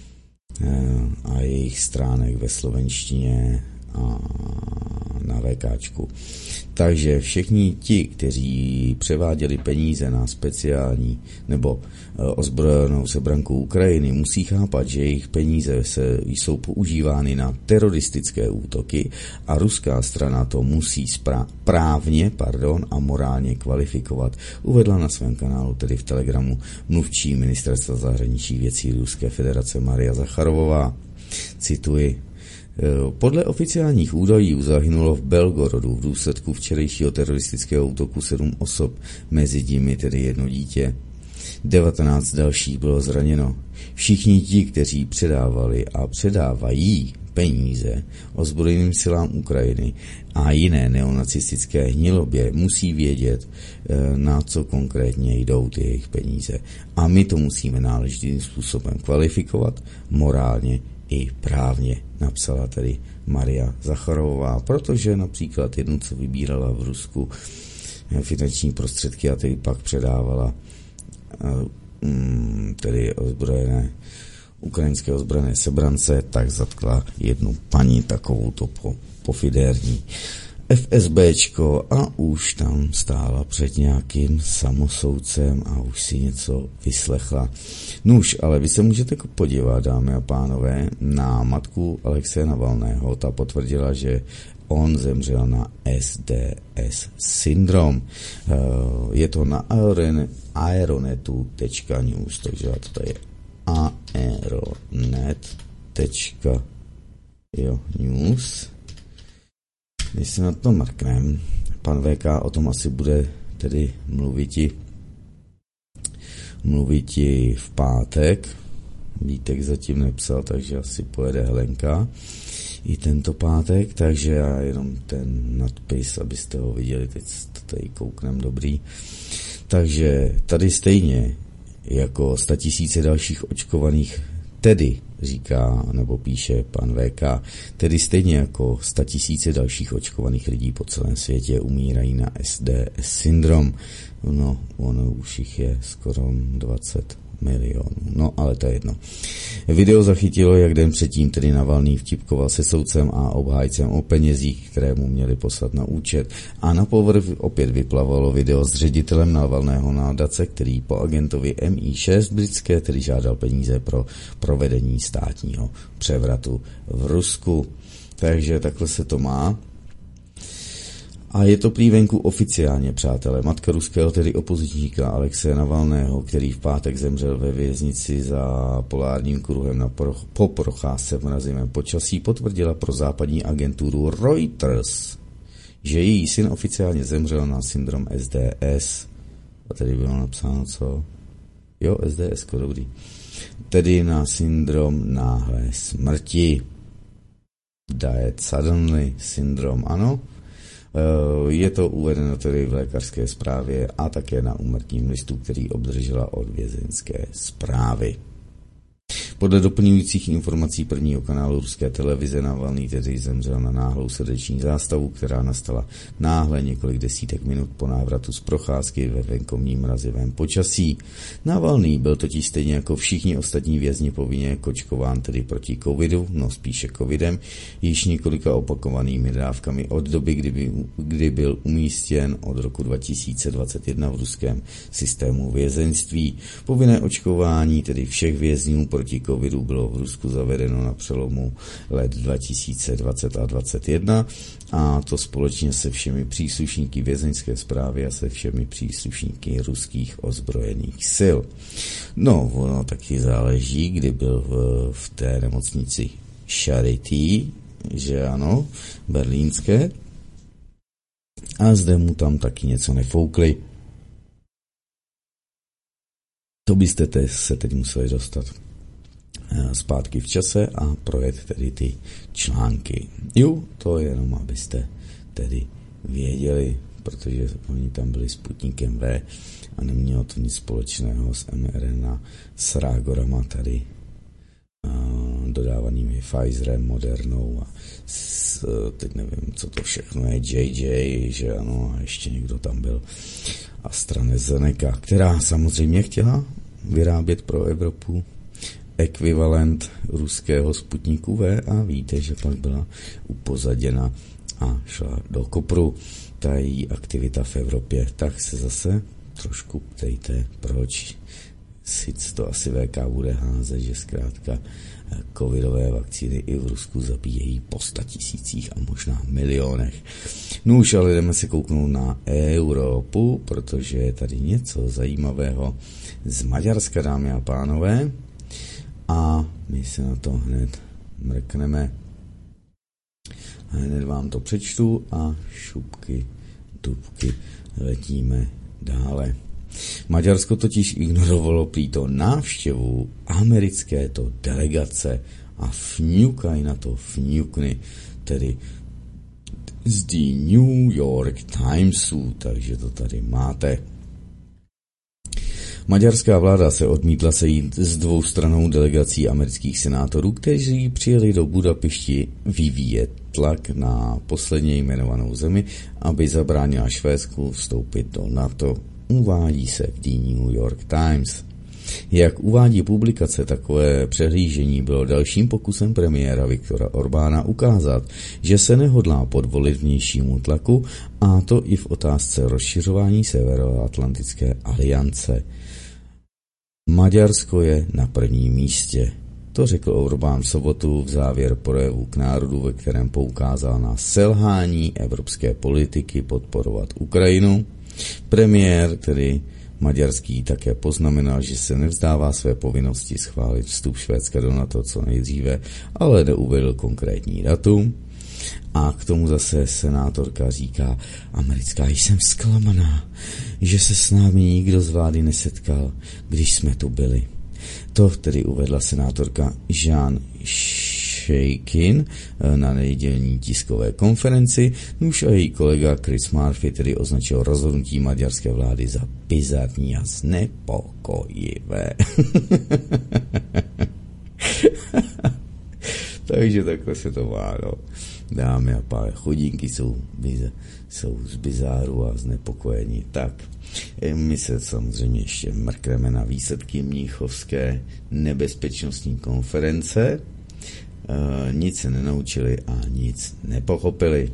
a jejich stránek ve slovenštině a na VKčku. Takže všichni ti, kteří převáděli peníze na speciální nebo ozbrojenou sebranku Ukrajiny, musí chápat, že jejich peníze jsou používány na teroristické útoky a ruská strana to musí právně a morálně kvalifikovat. Uvedla na svém kanálu, tedy v Telegramu, mluvčí ministerstva zahraničních věcí Ruské federace Maria Zacharovová. Cituji, podle oficiálních údajů zahynulo v Belgorodu v důsledku včerejšího teroristického útoku 7 osob, mezi nimi tedy 1 dítě. 19 dalších bylo zraněno. Všichni ti, kteří předávali a předávají peníze ozbrojeným silám Ukrajiny a jiné neonacistické hnilobě, musí vědět, na co konkrétně jdou ty jejich peníze. A my to musíme náležitým způsobem kvalifikovat, morálně i právně, napsala tedy Maria Zacharová, protože například jednu, co vybírala v Rusku finanční prostředky a tedy pak předávala tedy ukrajinské ozbrojené sebrance, tak zatkla jednu paní takovouto pofidérní FSBčko a už tam stála před nějakým samosoudcem a už si něco vyslechla. Nuž, ale vy se můžete podívat, dámy a pánové, na matku Alexeje Navalného. Ta potvrdila, že on zemřel na SDS syndrom. Je to na aeronetu.news, takže to tady je aeronet.news. Když se na to mrkneme, pan VK o tom asi bude tedy mluviti v pátek. Vítek zatím nepsal, takže asi pojede Helenka i tento pátek, takže já jenom ten nadpis, abyste ho viděli, teď to tady kouknem dobrý. Takže tady stejně jako 100 000 dalších očkovaných, tedy říká nebo píše pan VK, tedy stejně jako 100 000 dalších očkovaných lidí po celém světě umírají na SDS syndrom. No, ono už jich je skoro 20 milionů. No, ale to je jedno. Video zachytilo, jak den předtím tedy Navalný vtipkoval se soudcem a obhájcem o penězích, které mu měli poslat na účet. A na povrch opět vyplavalo video s ředitelem Navalného nadace, který po agentovi MI6 britské tedy žádal peníze pro provedení státního převratu v Rusku. Takže takhle se to má. A je to prý venku oficiálně, přátelé. Matka ruského, tedy opozičníka Alexeje Navalného, který v pátek zemřel ve věznici za polárním kruhem po procházce v mrazivém počasí, potvrdila pro západní agenturu Reuters, že její syn oficiálně zemřel na syndrom SDS. A tady bylo napsáno co? Jo, SDS, dobrý. Tedy na syndrom náhlé smrti. Died suddenly syndrom, ano. Je to uvedeno tedy v lékařské zprávě a také na úmrtním listu, který obdržela od vězeňské správy. Podle doplňujících informací prvního kanálu ruské televize Navalný tedy zemřel na náhlou srdeční zástavu, která nastala náhle několik desítek minut po návratu z procházky ve venkovním mrazivém počasí. Navalný byl totiž stejně jako všichni ostatní vězni povinně kočkován tedy proti covidu, no spíše covidem, již několika opakovanými dávkami od doby, kdy byl umístěn od roku 2021 v ruském systému vězeňství. Povinné očkování tedy všech vězňů proti covidu bylo v Rusku zavedeno na přelomu let 2020 a 2021 a to společně se všemi příslušníky vězeňské správy a se všemi příslušníky ruských ozbrojených sil. No, ono taky záleží, kdy byl v té nemocnici Charity, že ano, berlínské, a zde mu tam taky něco nefoukli. To byste se teď museli dostat zpátky v čase a projet tedy ty články. Jo, to je jenom, abyste tedy věděli, protože oni tam byli Sputnikem V a nemělo to nic společného s mRNA, s rágorama tady dodávanými Pfizerem, Modernou a teď nevím, co to všechno je, JJ, že ano, a ještě někdo tam byl, AstraZeneca, která samozřejmě chtěla vyrábět pro Evropu ekvivalent ruského Sputniku V a víte, že pak byla upozaděna a šla do kopru ta její aktivita v Evropě. Tak se zase trošku ptejte, proč sice to asi VK bude házet, že zkrátka covidové vakcíny i v Rusku zabíjejí po 100 000 a možná milionech. No už ale jdeme se kouknout na Evropu, protože je tady něco zajímavého z Maďarska, dámy a pánové. A my se na to hned mrkneme. A hned vám to přečtu a šupky, dubky, letíme dále. Maďarsko totiž ignorovalo prý to návštěvu americké to delegace a fňukají na to fňukny, tedy z The New York Timesu, takže to tady máte. Maďarská vláda se odmítla sejít s dvoustrannou delegací amerických senátorů, kteří přijeli do Budapešti vyvíjet tlak na posledně jmenovanou zemi, aby zabránila Švédsku vstoupit do NATO, uvádí se v The New York Times. Jak uvádí publikace, takové přehlížení bylo dalším pokusem premiéra Viktora Orbána ukázat, že se nehodlá podvolit vnějšímu tlaku, a to i v otázce rozšiřování Severoatlantické aliance. Maďarsko je na prvním místě. To řekl Orbán v sobotu v závěr projevu k národu, ve kterém poukázal na selhání evropské politiky podporovat Ukrajinu. Premiér, tedy maďarský, také poznamenal, že se nevzdává své povinnosti schválit vstup Švédska do NATO co nejdříve, ale neuvedl konkrétní datum. A k tomu zase senátorka říká: americká, jsem zklamaná, že se s námi nikdo z vlády nesetkal, když jsme tu byli. To tedy uvedla senátorka Jean Shakin na nedělní tiskové konferenci, nuž a její kolega Chris Murphy tedy označil rozhodnutí maďarské vlády za bizarní a znepokojivé. Takže takhle se to má, no. Dámy a pánové, chudinky jsou z bizáru a znepokojení. Tak, my se samozřejmě ještě mrkneme na výsledky mnichovské nebezpečnostní konference. Nic se nenaučili a nic nepochopili.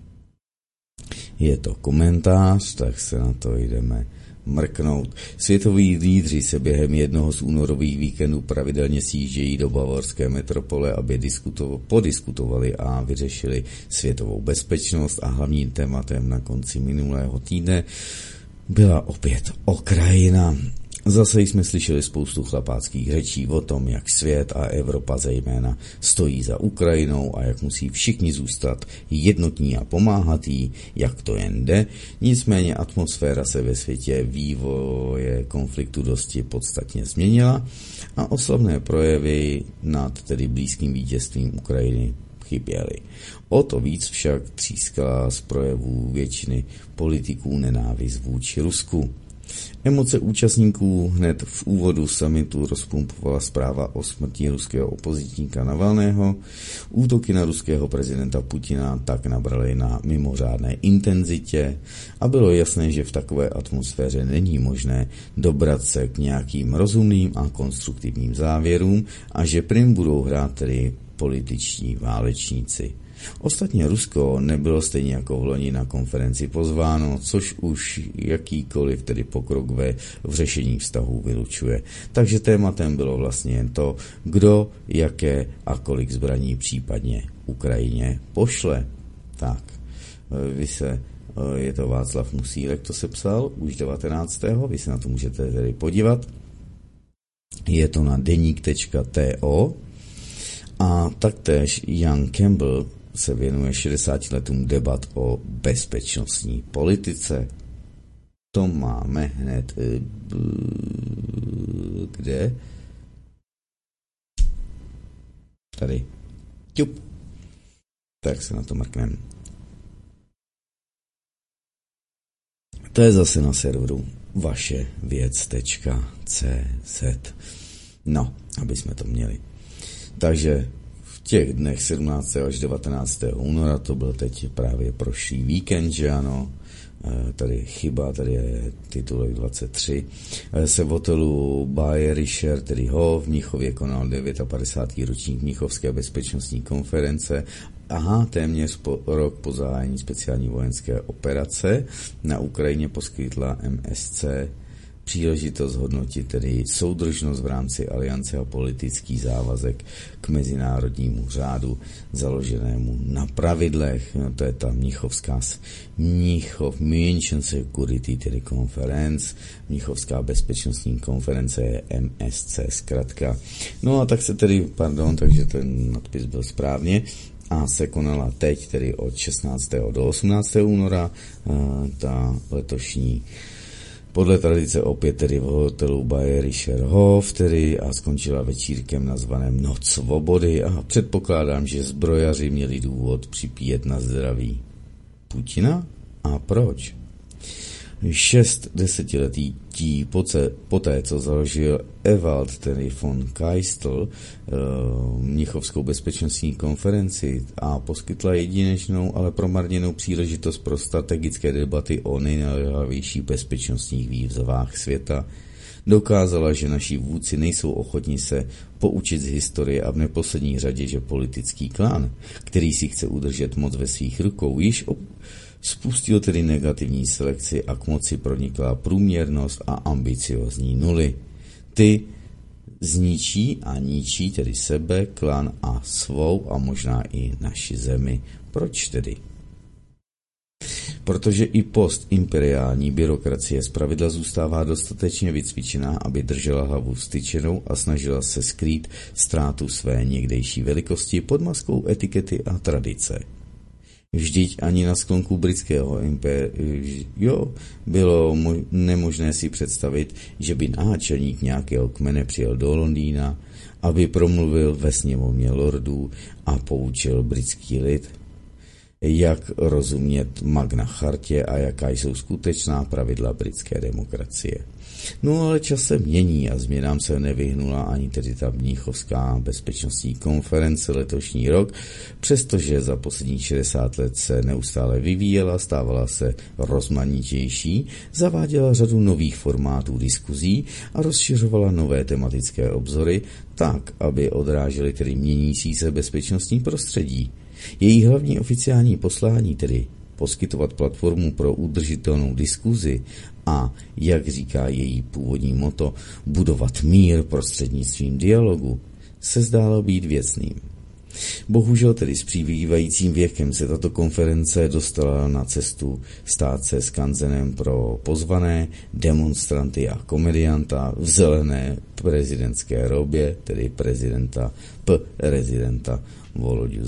Je to komentář, tak se na to jdeme mrknout. Světoví lídři se během jednoho z únorových víkendů pravidelně sjíždějí do bavorské metropole, aby podiskutovali a vyřešili světovou bezpečnost, a hlavním tématem na konci minulého týdne byla opět Ukrajina. Zase jsme slyšeli spoustu chlapáckých řečí o tom, jak svět a Evropa zejména stojí za Ukrajinou a jak musí všichni zůstat jednotní a pomáhat jí, jak to jen jde. Nicméně atmosféra se ve světě vývoje konfliktu dosti podstatně změnila a oslavné projevy nad tedy blízkým vítězstvím Ukrajiny chyběly. O to víc však třískala z projevů většiny politiků nenávist vůči Rusku. Emoce účastníků hned v úvodu summitu rozpumpovala zpráva o smrti ruského opozičníka Navalného. Útoky na ruského prezidenta Putina tak nabraly na mimořádné intenzitě a bylo jasné, že v takové atmosféře není možné dobrat se k nějakým rozumným a konstruktivním závěrům a že prim budou hrát tedy političtí válečníci. Ostatně Rusko nebylo stejně jako v loni na konferenci pozváno, což už jakýkoliv tedy pokrok v řešení vztahů vylučuje. Takže tématem bylo vlastně jen to, kdo, jaké a kolik zbraní případně Ukrajině pošle. Tak, je to Václav Musílek, to se psal už 19. Vy se na to můžete tedy podívat. Je to na deník.to a taktéž Jan Campbell se věnuje 60 letům debat o bezpečnostní politice. To máme hned kde? Tady. Ťup. Tak se na to mrkneme. To je zase na serveru vaševěc.cz. No, aby jsme to měli. Takže v těch dnech 17. až 19. února, to byl teď právě prošlý víkend, že ano, tady chyba, tady je titulek 23, se v hotelu Bayerischer, tedy v Mnichově konal 59. ročník Mnichovské bezpečnostní konference. Téměř rok po zahájení speciální vojenské operace na Ukrajině poskytla MSC příležitost hodnotit tedy soudržnost v rámci aliance a politický závazek k mezinárodnímu řádu založenému na pravidlech. To je ta Mnichovská München Security tedy Conference, Mnichovská bezpečnostní konference je MSC zkratka. No a tak se tedy, takže ten nadpis byl správně, a se konala teď, tedy od 16. do 18. února, ta letošní Podle tradice opět tedy v hotelu Bayerischer Hof tedy a skončila večírkem nazvaném Noc svobody a předpokládám, že zbrojaři měli důvod připíjet na zdraví Putina. A proč? 6 desetiletí poté, co založil Ewald, tedy von Keistel, Mnichovskou bezpečnostní konferenci a poskytla jedinečnou, ale promarněnou příležitost pro strategické debaty o nejnaléhavějších bezpečnostních výzvách světa, dokázala, že naši vůdci nejsou ochotni se poučit z historie a v neposlední řadě, že politický klan, který si chce udržet moc ve svých rukou, již spustil tedy negativní selekci a k moci pronikla průměrnost a ambiciozní nuly. Ty zničí a ničí tedy sebe, klan a svou a možná i naši zemi. Proč tedy? Protože i postimperiální byrokracie zpravidla zůstává dostatečně vycvičená, aby držela hlavu vstyčenou a snažila se skrýt ztrátu své někdejší velikosti pod maskou etikety a tradice. Vždyť ani na sklonku britského impéria bylo nemožné si představit, že by náčelník nějakého kmene přijel do Londýna, aby promluvil ve sněmovně lordů a poučil britský lid, jak rozumět Magna Chartě a jaká jsou skutečná pravidla britské demokracie. No ale čas se mění a změnám se nevyhnula ani tedy ta Mnichovská bezpečnostní konference letošní rok, přestože za posledních 60 let se neustále vyvíjela, stávala se rozmanitější, zaváděla řadu nových formátů diskuzí a rozšiřovala nové tematické obzory tak, aby odrážely tedy měnící se bezpečnostní prostředí. Její hlavní oficiální poslání, tedy poskytovat platformu pro udržitelnou diskuzi a, jak říká její původní motto, budovat mír prostřednictvím dialogu, se zdálo být věcným. Bohužel tedy s přibývajícím věkem se tato konference dostala na cestu stát se skanzenem pro pozvané demonstranty a komedianta v zelené prezidentské robě, tedy prezidenta Volodyu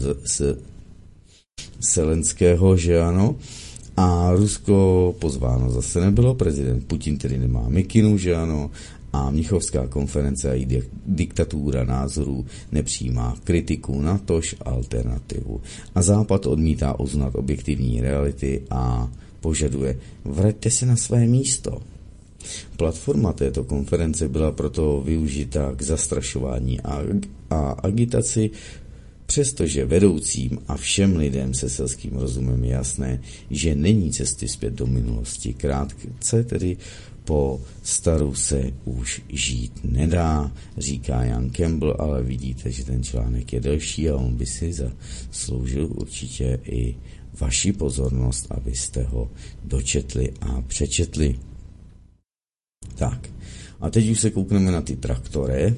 Zelenského, že ano, a Rusko pozváno zase nebylo, prezident Putin tedy nemá mikinu, že ano, a Mnichovská konference a její diktatura názorů nepřijímá kritiku, natož alternativu. A Západ odmítá uznat objektivní reality a požaduje, vraťte se na své místo. Platforma této konference byla proto využita k zastrašování a agitaci, přestože vedoucím a všem lidem se selským rozumem je jasné, že není cesty zpět do minulosti. Krátce tedy po staru se už žít nedá, říká Jan Campbell, ale vidíte, že ten článek je delší a on by si zasloužil určitě i vaši pozornost, abyste ho dočetli a přečetli. Tak, a teď už se koukneme na ty traktory.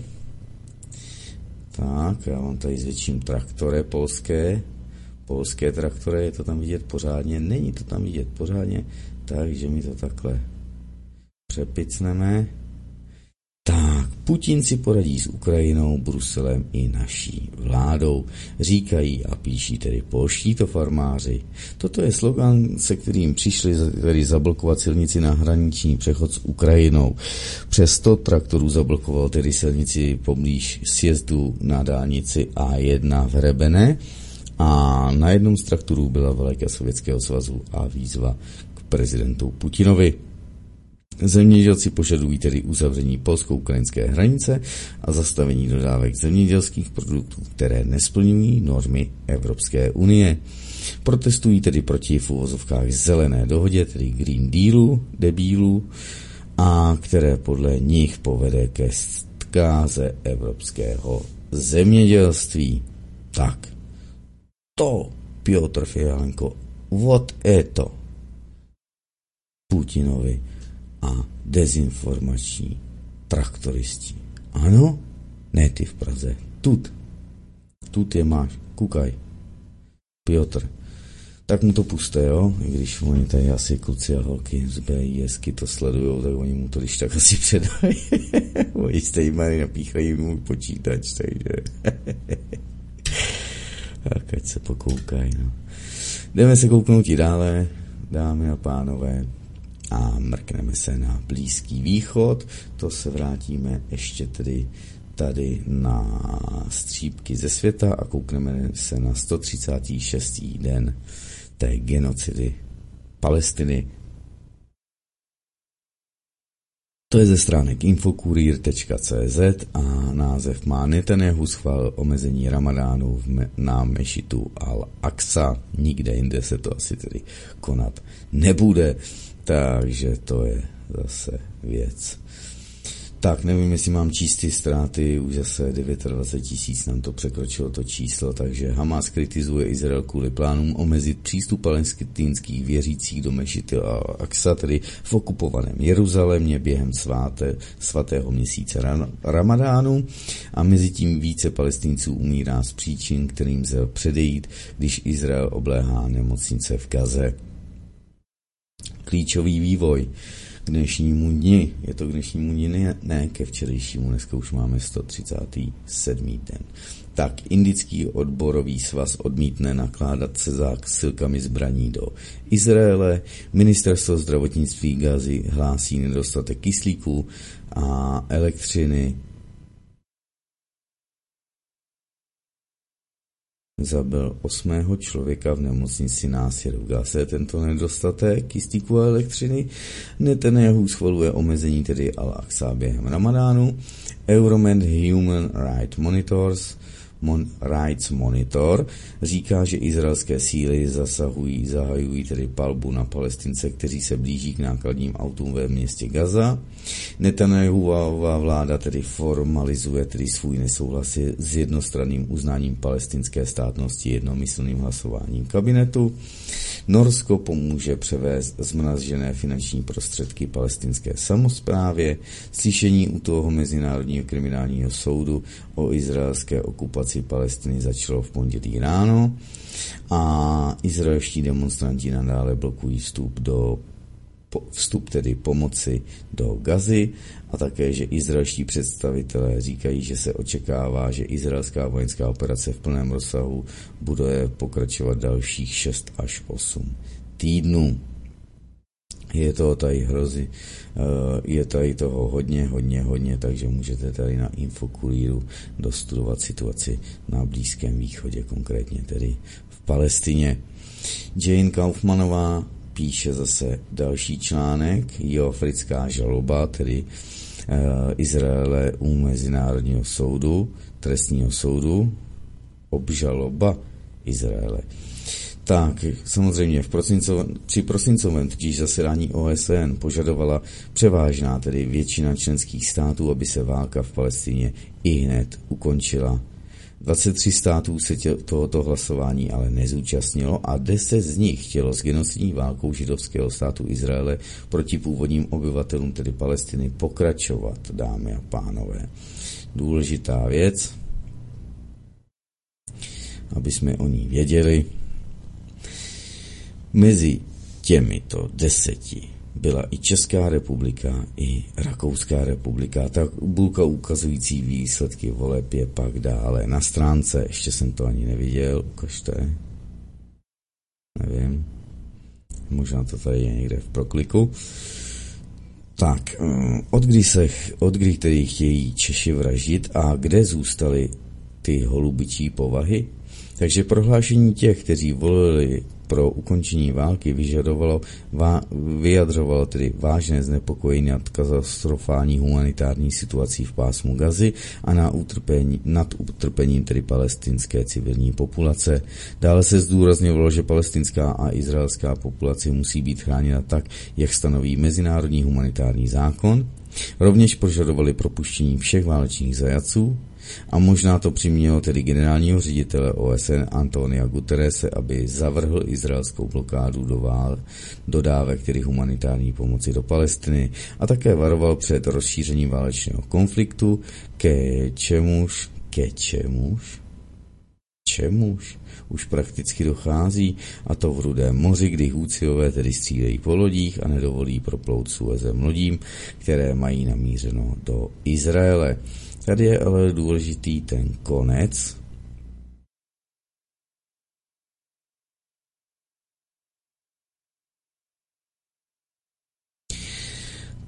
Tak, já vám tady zvětším traktory polské traktory, je to tam vidět pořádně, není to tam vidět pořádně, takže mi to takhle přepicneme. Tak, Putin si poradí s Ukrajinou, Bruselem i naší vládou, říkají a píší tedy polští to farmáři. Toto je slogan, se kterým přišli tedy zablokovat silnici na hraniční přechod s Ukrajinou. Přes 100 traktorů zablokoval tedy silnici poblíž sjezdu na dálnici A1 v Hrebene a na jednom z traktorů byla vlajka Sovětského svazu a výzva k prezidentu Putinovi. Zemědělci požadují tedy uzavření polsko-ukrajinské hranice a zastavení dodávek zemědělských produktů, které nesplňují normy Evropské unie. Protestují tedy proti v uvozovkách zelené dohodě, tedy Green Dealu, debílu, a které podle nich povede ke zkáze evropského zemědělství. Tak, to, Piotr Fialenko, вот это Putinovi a dezinformační traktoristi. Ano? Ne ty v Praze. Tut je máš. Kukaj. Piotr. Tak mu to puste, jo? I když oni tady asi kluci a holky z BISky to sledujou, tak oni mu to když tak asi předají. Oni stejně mají napíchají můj počítač, takže... Tak ať se pokoukají, no. Jdeme se kouknout i dále, dámy a pánové. A mrkneme se na Blízký východ, to se vrátíme ještě tedy tady na střípky ze světa a koukneme se na 136. den té genocidy Palestiny. To je ze stránek infokurier.cz a název má: Netanyahu schválil omezení ramadánu na mešitu Al-Aqsa. Nikde jinde se to asi tedy konat nebude, takže to je zase věc. Tak, nevím, jestli mám číst ty ztráty, už zase 29 000 nám to překročilo to číslo, takže Hamas kritizuje Izrael kvůli plánům omezit přístup palestinských věřících do mešity Al-Aqsa, tedy v okupovaném Jeruzalémě během svatého měsíce Ramadánu, a mezi tím více Palestinců umírá z příčin, kterým lze předejít, když Izrael obléhá nemocnice v Gaze. Klíčový vývoj k dnešnímu dni. Je to k dnešnímu dni, ne ke včerejšímu, dneska už máme 137. den. Tak, Indický odborový svaz odmítne nakládat se zásilkami zbraní do Izraele. Ministerstvo zdravotnictví Gazy hlásí nedostatek kyslíku a elektřiny. Zabil 8. člověka v nemocnici Násir v Gaze. Tento nedostatek kyslíku a elektřiny. Netanyahu schvaluje omezení tedy Al-Aqsa během Ramadánu. Euromed Human Rights Monitor říká, že izraelské síly zahajují tedy palbu na Palestince, kteří se blíží k nákladním autům ve městě Gaza. Netanyahuvova vláda tedy formalizuje tedy svůj nesouhlas s jednostranným uznáním palestinské státnosti jednomyslným hlasováním kabinetu. Norsko pomůže převést zmražené finanční prostředky palestinské samosprávě. Slyšení u toho Mezinárodního kriminálního soudu o izraelské okupaci Palestiny začalo v pondělí ráno a izraelští demonstranti nadále blokují vstup tedy pomoci do Gazy a také, že izraelští představitelé říkají, že se očekává, že izraelská vojenská operace v plném rozsahu bude pokračovat dalších 6 až 8 týdnů. Je to tady je tady toho hodně, takže můžete tady na Infokuríru dostudovat situaci na Blízkém východě, konkrétně tedy v Palestině. Jane Kaufmanová píše zase další článek, jihoafrická žaloba, tedy Izraele u Mezinárodního soudu, trestního soudu, obžaloba Izraele. Tak, samozřejmě při prosincovém totiž zasedání OSN požadovala převážná, tedy většina členských států, aby se válka v Palestině ihned ukončila. 23 států se tohoto hlasování ale nezúčastnilo a 10 z nich chtělo s genocidní válkou židovského státu Izraele proti původním obyvatelům, tedy Palestiny, pokračovat, dámy a pánové. Důležitá věc, aby jsme o ní věděli. Mezi těmito 10 byla i Česká republika, i Rakouská republika. Tabulka ukazující výsledky voleb je pak dále na stránce. Ještě jsem to ani neviděl. Ukažte. Nevím. Možná to tady je někde v prokliku. Tak, od kdy tedy chtějí Češi vraždit a kde zůstaly ty holubičí povahy? Takže prohlášení těch, kteří volili pro ukončení války, vyjadřovalo tedy vážné znepokojení nad katastrofální humanitární situací v pásmu Gazy a nad utrpením tedy palestinské civilní populace. Dále se zdůrazňovalo, že palestinská a izraelská populace musí být chráněna tak, jak stanoví mezinárodní humanitární zákon. Rovněž požadovali propuštění všech válečných zajatců a možná to přimělo tedy generálního ředitele OSN Antonia Guterrese, aby zavrhl izraelskou blokádu dodávek tedy humanitární pomoci do Palestiny a také varoval před rozšířením válečného konfliktu, ke čemuž už prakticky dochází, a to v Rudém moři, kdy Húciové tedy střílejí po lodích a nedovolí proplout Suezem lodím, které mají namířeno do Izraele. Tady je ale důležitý ten konec.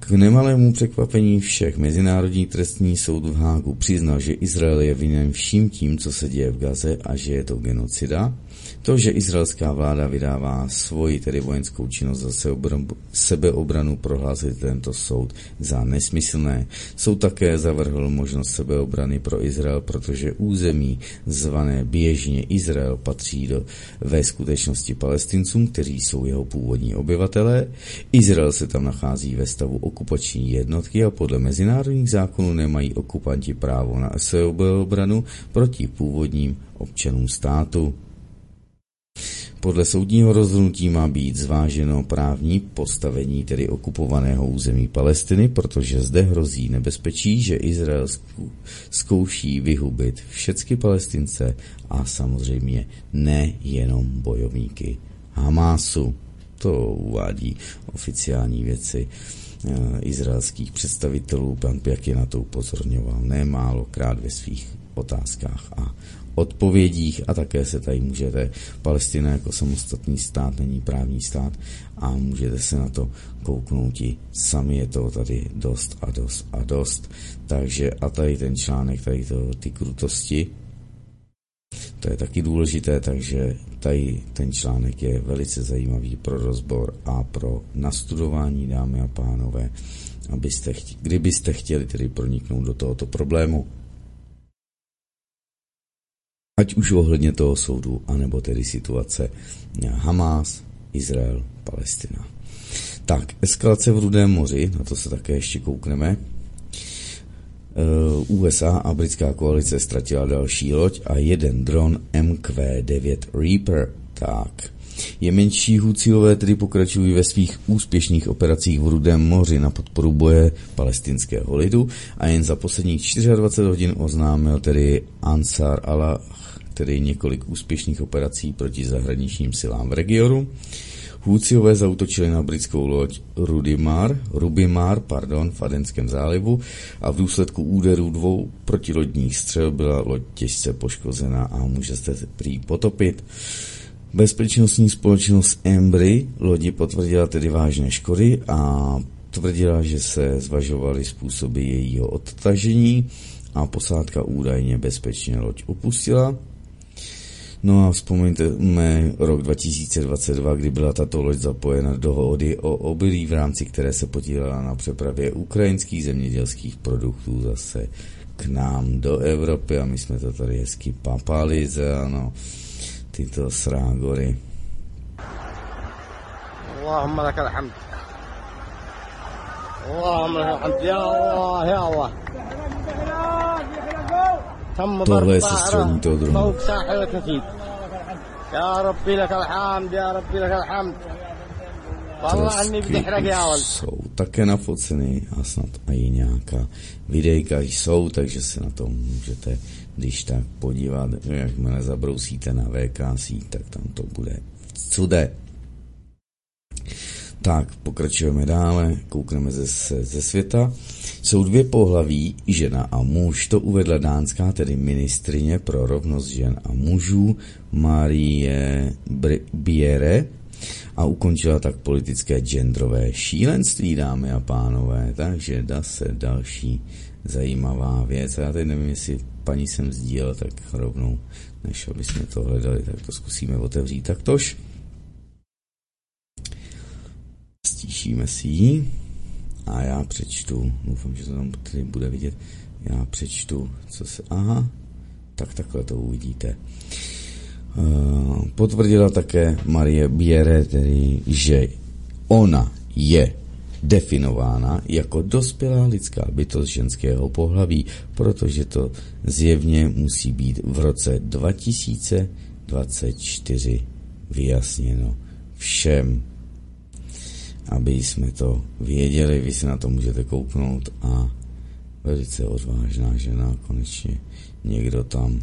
K nemalému překvapení všech Mezinárodní trestní soud v Hágu přiznal, že Izrael je vinen vším tím, co se děje v Gaze a že je to genocida. To, že izraelská vláda vydává svoji, tedy vojenskou činnost za sebeobranu, prohlásil tento soud za nesmyslné. Soud také zavrhl možnost sebeobrany pro Izrael, protože území zvané běžně Izrael patří ve skutečnosti Palestincům, kteří jsou jeho původní obyvatelé. Izrael se tam nachází ve stavu okupační jednotky a podle mezinárodních zákonů nemají okupanti právo na sebeobranu proti původním občanům státu. Podle soudního rozhodnutí má být zváženo právní postavení, tedy okupovaného území Palestiny, protože zde hrozí nebezpečí, že Izrael zkouší vyhubit všechny Palestince a samozřejmě nejenom bojovníky Hamásu. To uvádí oficiální věci izraelských představitelů, pan Pjak je na to upozorňoval nemálokrát ve svých otázkách a odpovědích a také se tady můžete, Palestina jako samostatný stát není právní stát a můžete se na to kouknout i sami, je to tady dost. Takže a tady ten článek, tady ty krutosti, to je taky důležité, takže tady ten článek je velice zajímavý pro rozbor a pro nastudování, dámy a pánové, kdybyste chtěli tedy proniknout do tohoto problému. Ať už ohledně toho soudu, anebo tedy situace Hamás, Izrael, Palestina. Tak, eskalace v Rudém moři, na to se také ještě koukneme. USA a britská koalice ztratila další loď a jeden dron MQ-9 Reaper. Tak, jemenští Húthíové tedy pokračují ve svých úspěšných operacích v Rudém moři na podporu boje palestinského lidu a jen za posledních 24 hodin oznámil tedy Ansar Allah, tedy několik úspěšných operací proti zahraničním silám v regionu. Húthíové zaútočili na britskou loď Rubimar v Adenském zálivu a v důsledku úderů 2 protilodních střel byla loď těžce poškozena a může se prý potopit. Bezpečnostní společnost Embry lodi potvrdila tedy vážné škody a tvrdila, že se zvažovaly způsoby jejího odtažení a posádka údajně bezpečně loď opustila. No a vzpomeňte rok 2022, kdy byla tato loď zapojena do dohody o obilí, v rámci které se podílela na přepravě ukrajinských zemědělských produktů zase k nám do Evropy a my jsme to tady hezky papali za tyto srágory. Allahumma lakal hamd. Allahumma lakal hamd. Ya Allah, ya Allah. Tohle je sestřelní toho dronu. Jsou také nafoceny a snad i nějaká videjka jsou, takže se na to můžete když tak podívat, jakmile zabrousíte na VK síť, tak tam to bude všude. Tak, pokračujeme dále, koukneme ze světa. Jsou 2 pohlaví, žena a muž, to uvedla dánská, tedy ministryně pro rovnost žen a mužů, Marie Bjerre, a ukončila tak politické genderové šílenství, dámy a pánové, takže se další zajímavá věc. A já teď nevím, jestli paní jsem sdílel, tak rovnou, než aby jsme to hledali, tak to zkusíme otevřít taktož. Stíšíme si ji a já přečtu, doufám, že to tam tady bude vidět, já přečtu, co se, tak takhle to uvidíte. Potvrdila také Marie Bjerre, tedy, že ona je definována jako dospělá lidská bytost ženského pohlaví, protože to zjevně musí být v roce 2024 vyjasněno všem. Aby jsme to věděli, vy si na to můžete kouknout a velice odvážná žena, konečně někdo tam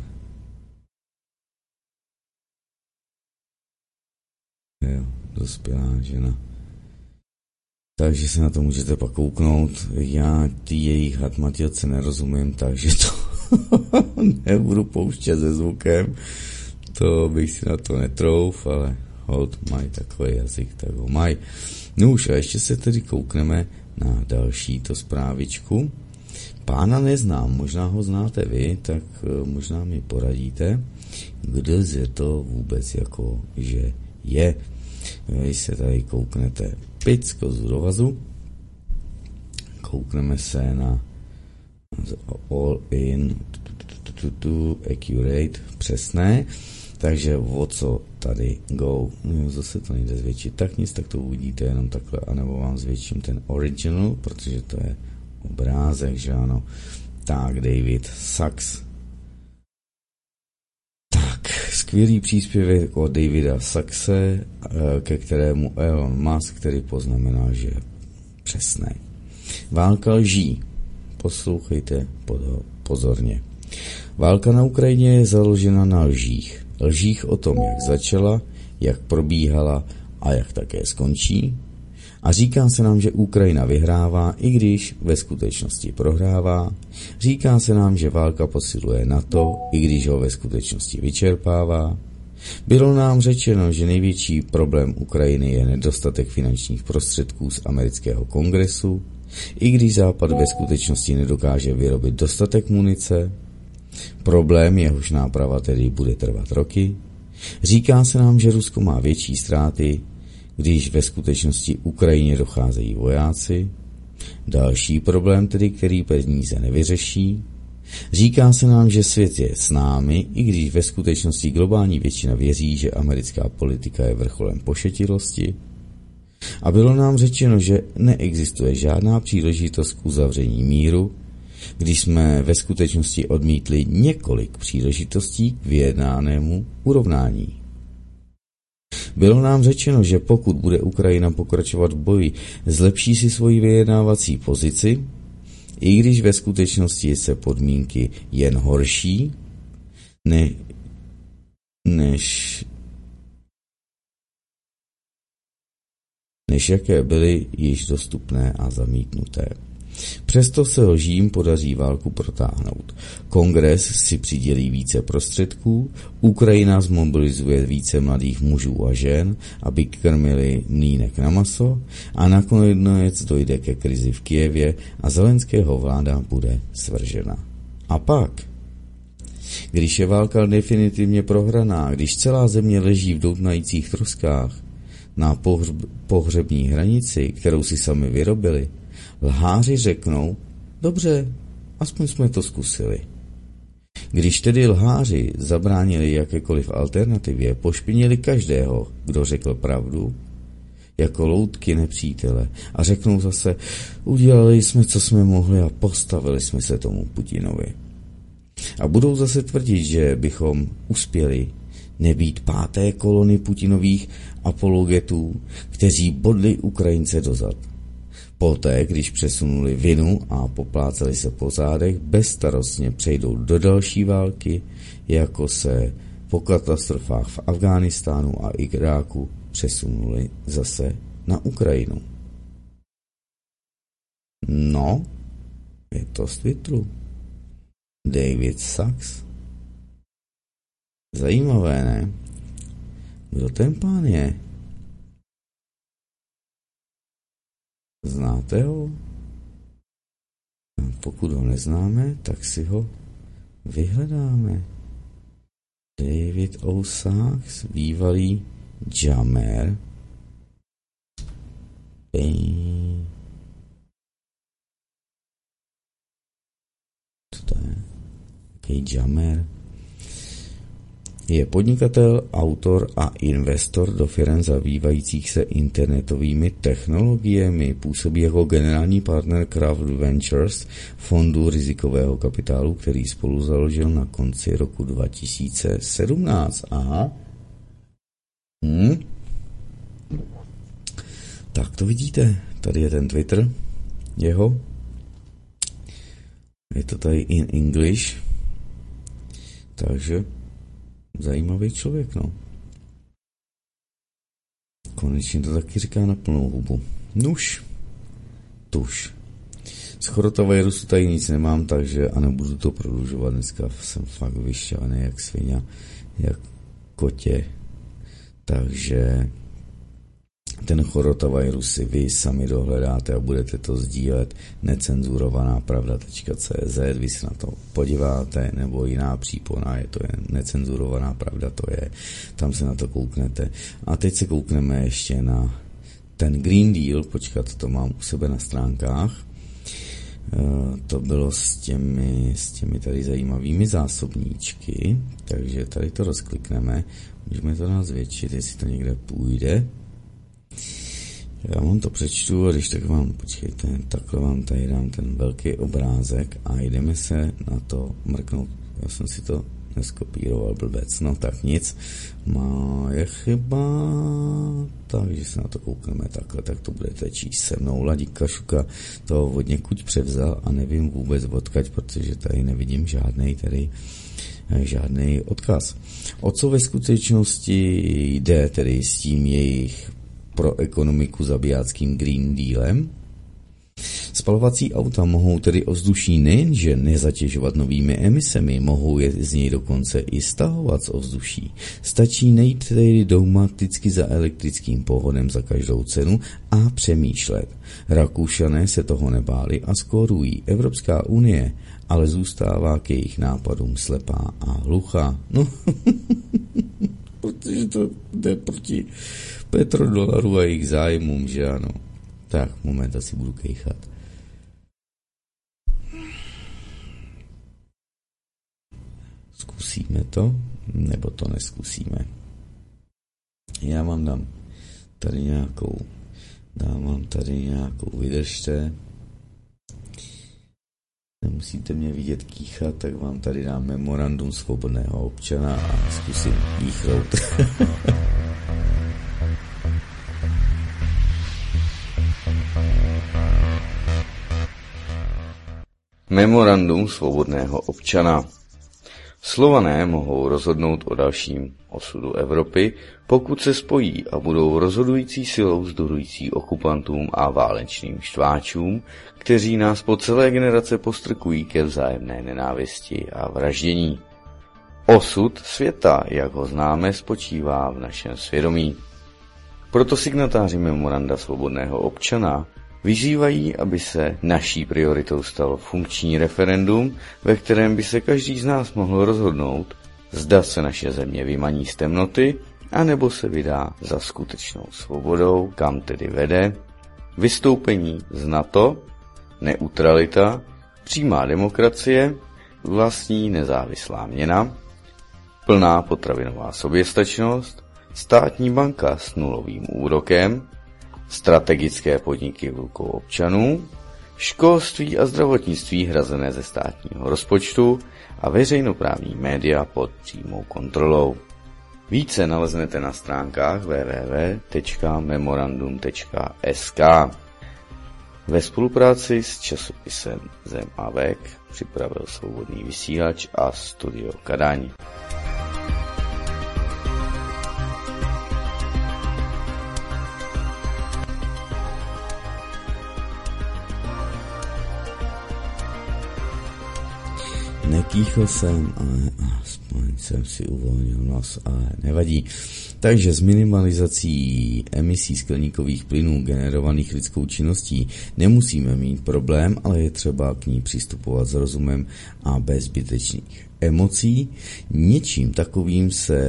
dospělá žena. Takže se na to můžete pak kouknout. Já ty jejich hatmatilce nerozumím, takže to nebudu pouštět se zvukem. To bych si na to netrouf, ale mají takový jazyk, tak ho mají. No už a ještě se tedy koukneme na další to zprávičku. Pána neznám, možná ho znáte vy, tak možná mi poradíte, kdo se to vůbec jako že je. Když se tady kouknete Pic kozu do vazu, koukneme se na all in accurate, přesné, takže o co tady go, no, zase to nejde zvětšit, tak nic, tak to uvidíte jenom takhle, anebo vám zvětším ten original, protože to je obrázek, že ano. Tak, David Sachs. Tak, skvělý příspěvek od Davida Saxe, ke kterému Elon Musk, který poznamená, že je přesné. Válka lží. Poslouchejte pozorně. Válka na Ukrajině je založena na lžích. Lžích o tom, jak začala, jak probíhala a jak také skončí. A říká se nám, že Ukrajina vyhrává, i když ve skutečnosti prohrává. Říká se nám, že válka posiluje NATO, i když ho ve skutečnosti vyčerpává. Bylo nám řečeno, že největší problém Ukrajiny je nedostatek finančních prostředků z amerického kongresu, i když Západ ve skutečnosti nedokáže vyrobit dostatek munice. Problém, jehož náprava tedy bude trvat roky. Říká se nám, že Rusko má větší ztráty, když ve skutečnosti Ukrajině docházejí vojáci. Další problém tedy, který peníze nevyřeší. Říká se nám, že svět je s námi, i když ve skutečnosti globální většina věří, že americká politika je vrcholem pošetilosti. A bylo nám řečeno, že neexistuje žádná příležitost k uzavření míru, když jsme ve skutečnosti odmítli několik příležitostí k vyjednanému urovnání. Bylo nám řečeno, že pokud bude Ukrajina pokračovat v boji, zlepší si svoji vyjednávací pozici, i když ve skutečnosti se podmínky jen horší, než jaké byly již dostupné a zamítnuté. Přesto se lžím podaří válku protáhnout. Kongres si přidělí více prostředků, Ukrajina zmobilizuje více mladých mužů a žen, aby krmili mlýnek na maso a nakonec dojde ke krizi v Kyjevě a Zelenského vláda bude svržena. A pak, když je válka definitivně prohraná, když celá země leží v doutnajících troskách na pohřební hranici, kterou si sami vyrobili, lháři řeknou, dobře, aspoň jsme to zkusili. Když tedy lháři zabránili jakékoliv alternativě, pošpinili každého, kdo řekl pravdu, jako loutky nepřítele a řeknou zase, udělali jsme, co jsme mohli a postavili jsme se tomu Putinovi. A budou zase tvrdit, že bychom uspěli nebýt páté kolony Putinových apologetů, kteří bodli Ukrajince dozad. Poté, když přesunuli vinu a popláceli se po zádech, bezstarostně přejdou do další války, jako se po katastrofách v Afghánistánu a Iráku přesunuli zase na Ukrajinu. No, je to z Twitteru. David Sachs. Zajímavé, ne? Kdo ten pán je? Znáte ho? Pokud ho neznáme, tak si ho vyhledáme. David O. Sachs, bývalý jammer. Co to je? Jaký jammer? Je podnikatel, autor a investor do firem zabývajících se internetovými technologiemi. Působí jako generální partner Craft Ventures, fondu rizikového kapitálu, který spolu založil na konci roku 2017. Aha. Tak to vidíte. Tady je ten Twitter jeho. Je to tady in English. Takže zajímavý člověk, no. Konečně to taky říká na plnou hubu. Nuž. Tuž. Z chorotavirusu tady nic nemám, takže a nebudu to prodlužovat. Dneska jsem fakt vyšťavený jak svině, jak kotě. Takže ten chorotavirus si vy sami dohledáte a budete to sdílet necenzurovanápravda.cz, vy se na to podíváte, nebo jiná přípona, je to jen necenzurovaná pravda, to je, tam se na to kouknete. A teď se koukneme ještě na ten Green Deal, počkat, to mám u sebe na stránkách. To bylo s těmi tady zajímavými zásobníčky, takže tady to rozklikneme, můžeme to nás zvětšit, jestli to někde půjde. Já vám to přečtu a když tak vám, počkejte, takhle vám tady dám ten velký obrázek a jdeme se na to mrknout. Já jsem si to neskopíroval, blbec, no tak nic. Je chyba, takže se na to koukneme takhle, tak to budete číst se mnou. Ladík Kašuka to od někud převzal a nevím vůbec odkaď, protože tady nevidím žádný odkaz. O co ve skutečnosti jde tedy s tím jejich pro ekonomiku zabijáckým Green Dealem? Spalovací auta mohou tedy ovzduší nejenže nezatěžovat novými emisemi, mohou je z něj dokonce i stahovat z ovzduší. Stačí nejít tedy dogmaticky za elektrickým pohodem za každou cenu a přemýšlet. Rakušané se toho nebáli a skórují. Evropská unie ale zůstává k jejich nápadům slepá a hluchá. No, protože to jde proti petrodolaru a jejich zájmům, že ano. Tak, moment, asi budu kejchat. Zkusíme to, nebo to neskusíme. Já vám dám tady nějakou, vydržte. Nemusíte mě vidět kýchat, tak vám tady dám memorandum svobodného občana a zkusím kýchnout. Memorandum svobodného občana. Slované mohou rozhodnout o dalším osudu Evropy, pokud se spojí a budou rozhodující silou vzdorující okupantům a válečným štváčům, kteří nás po celé generace postrkují ke vzájemné nenávisti a vraždění. Osud světa, jak ho známe, spočívá v našem svědomí. Proto signatáři memoranda svobodného občana vyzývají, aby se naší prioritou stalo funkční referendum, ve kterém by se každý z nás mohl rozhodnout, zda se naše země vymaní z temnoty, anebo se vydá za skutečnou svobodou, kam tedy vede, vystoupení z NATO, neutralita, přímá demokracie, vlastní nezávislá měna, plná potravinová soběstačnost, státní banka s nulovým úrokem, strategické podniky v rukou občanů, školství a zdravotnictví hrazené ze státního rozpočtu a veřejnoprávní média pod přímou kontrolou. Více naleznete na stránkách www.memorandum.sk. Ve spolupráci s časopisem Zem a Vek připravil Svobodný vysílač a Studio Kadaň. Nekýchl jsem, ale aspoň jsem si uvolnil nos, ale nevadí. Takže s minimalizací emisí skleníkových plynů generovaných lidskou činností nemusíme mít problém, ale je třeba k ní přistupovat s rozumem a bez zbytečných emocí. Něčím takovým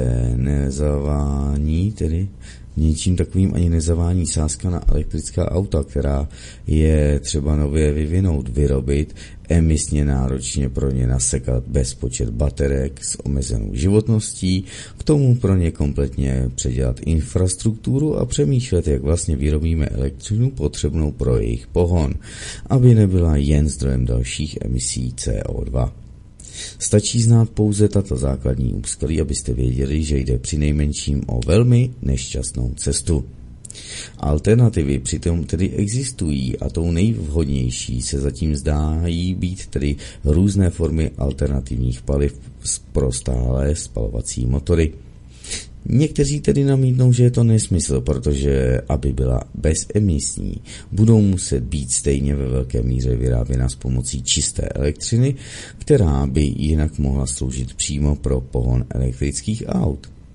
ani nezavání sázka na elektrická auta, která je třeba nově vyvinout, vyrobit, emisně náročně pro ně nasekat bezpočet baterek s omezenou životností, k tomu pro ně kompletně předělat infrastrukturu a přemýšlet, jak vlastně vyrobíme elektřinu potřebnou pro jejich pohon, aby nebyla jen zdrojem dalších emisí CO2. Stačí znát pouze tato základní úskalí, abyste věděli, že jde přinejmenším o velmi nešťastnou cestu. Alternativy přitom tedy existují a tou nejvhodnější se zatím zdají být tedy různé formy alternativních paliv pro stálé spalovací motory. Někteří tedy namítnou, že je to nesmysl, protože aby byla bezemisní, budou muset být stejně ve velké míře vyráběna s pomocí čisté elektřiny, která by jinak mohla sloužit přímo pro pohon elektrických aut.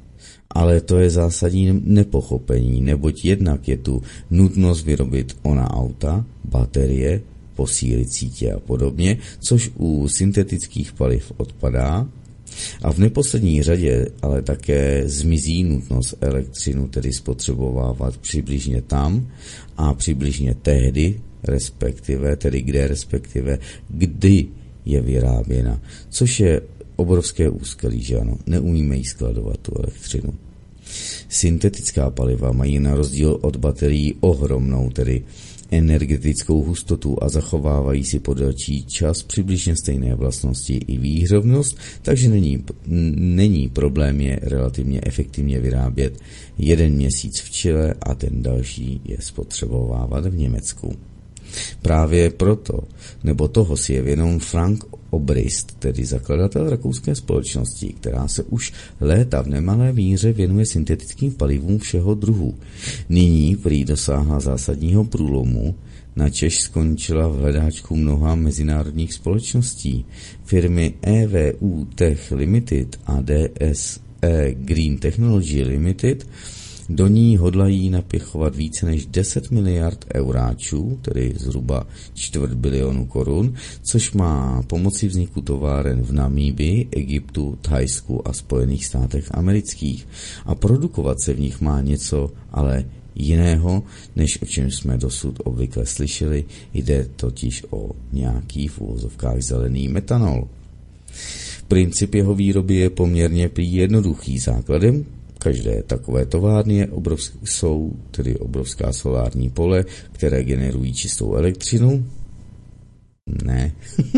Ale to je zásadní nepochopení, neboť jednak je tu nutnost vyrobit ona auta, baterie, posílit sítě a podobně, což u syntetických paliv odpadá. A v neposlední řadě ale také zmizí nutnost elektřinu tedy spotřebovávat přibližně tam a přibližně tehdy, respektive kdy je vyráběna, což je obrovské úskalí, že ano, neumíme jí skladovat tu elektřinu. Syntetická paliva mají na rozdíl od baterií ohromnou, tedy energetickou hustotu a zachovávají si po delší čas přibližně stejné vlastnosti i výhřevnost, takže není problém je relativně efektivně vyrábět 1 měsíc v Chile a ten další je spotřebovávat v Německu. Právě proto, nebo toho si je vědom Frank Obrist, tedy zakladatel rakouské společnosti, která se už léta v nemalé míře věnuje syntetickým palivům všeho druhu. Nyní prý dosáhla zásadního průlomu, načež skončila v hledáčku mnoha mezinárodních společností. Firmy EVU Tech Limited a DSE Green Technology Limited do ní hodlají napěchovat více než 10 miliard euráčů, tedy zhruba 250 miliony korun, což má pomoci vzniku továren v Namíbii, Egyptu, Thajsku a Spojených státech amerických. A produkovat se v nich má něco ale jiného, než o čem jsme dosud obvykle slyšeli, jde totiž o nějaký v uvozovkách zelený metanol. Princip jeho výroby je poměrně prý jednoduchý. Základem každé takové továrny jsou tedy obrovská solární pole, které generují čistou elektřinu. Ne.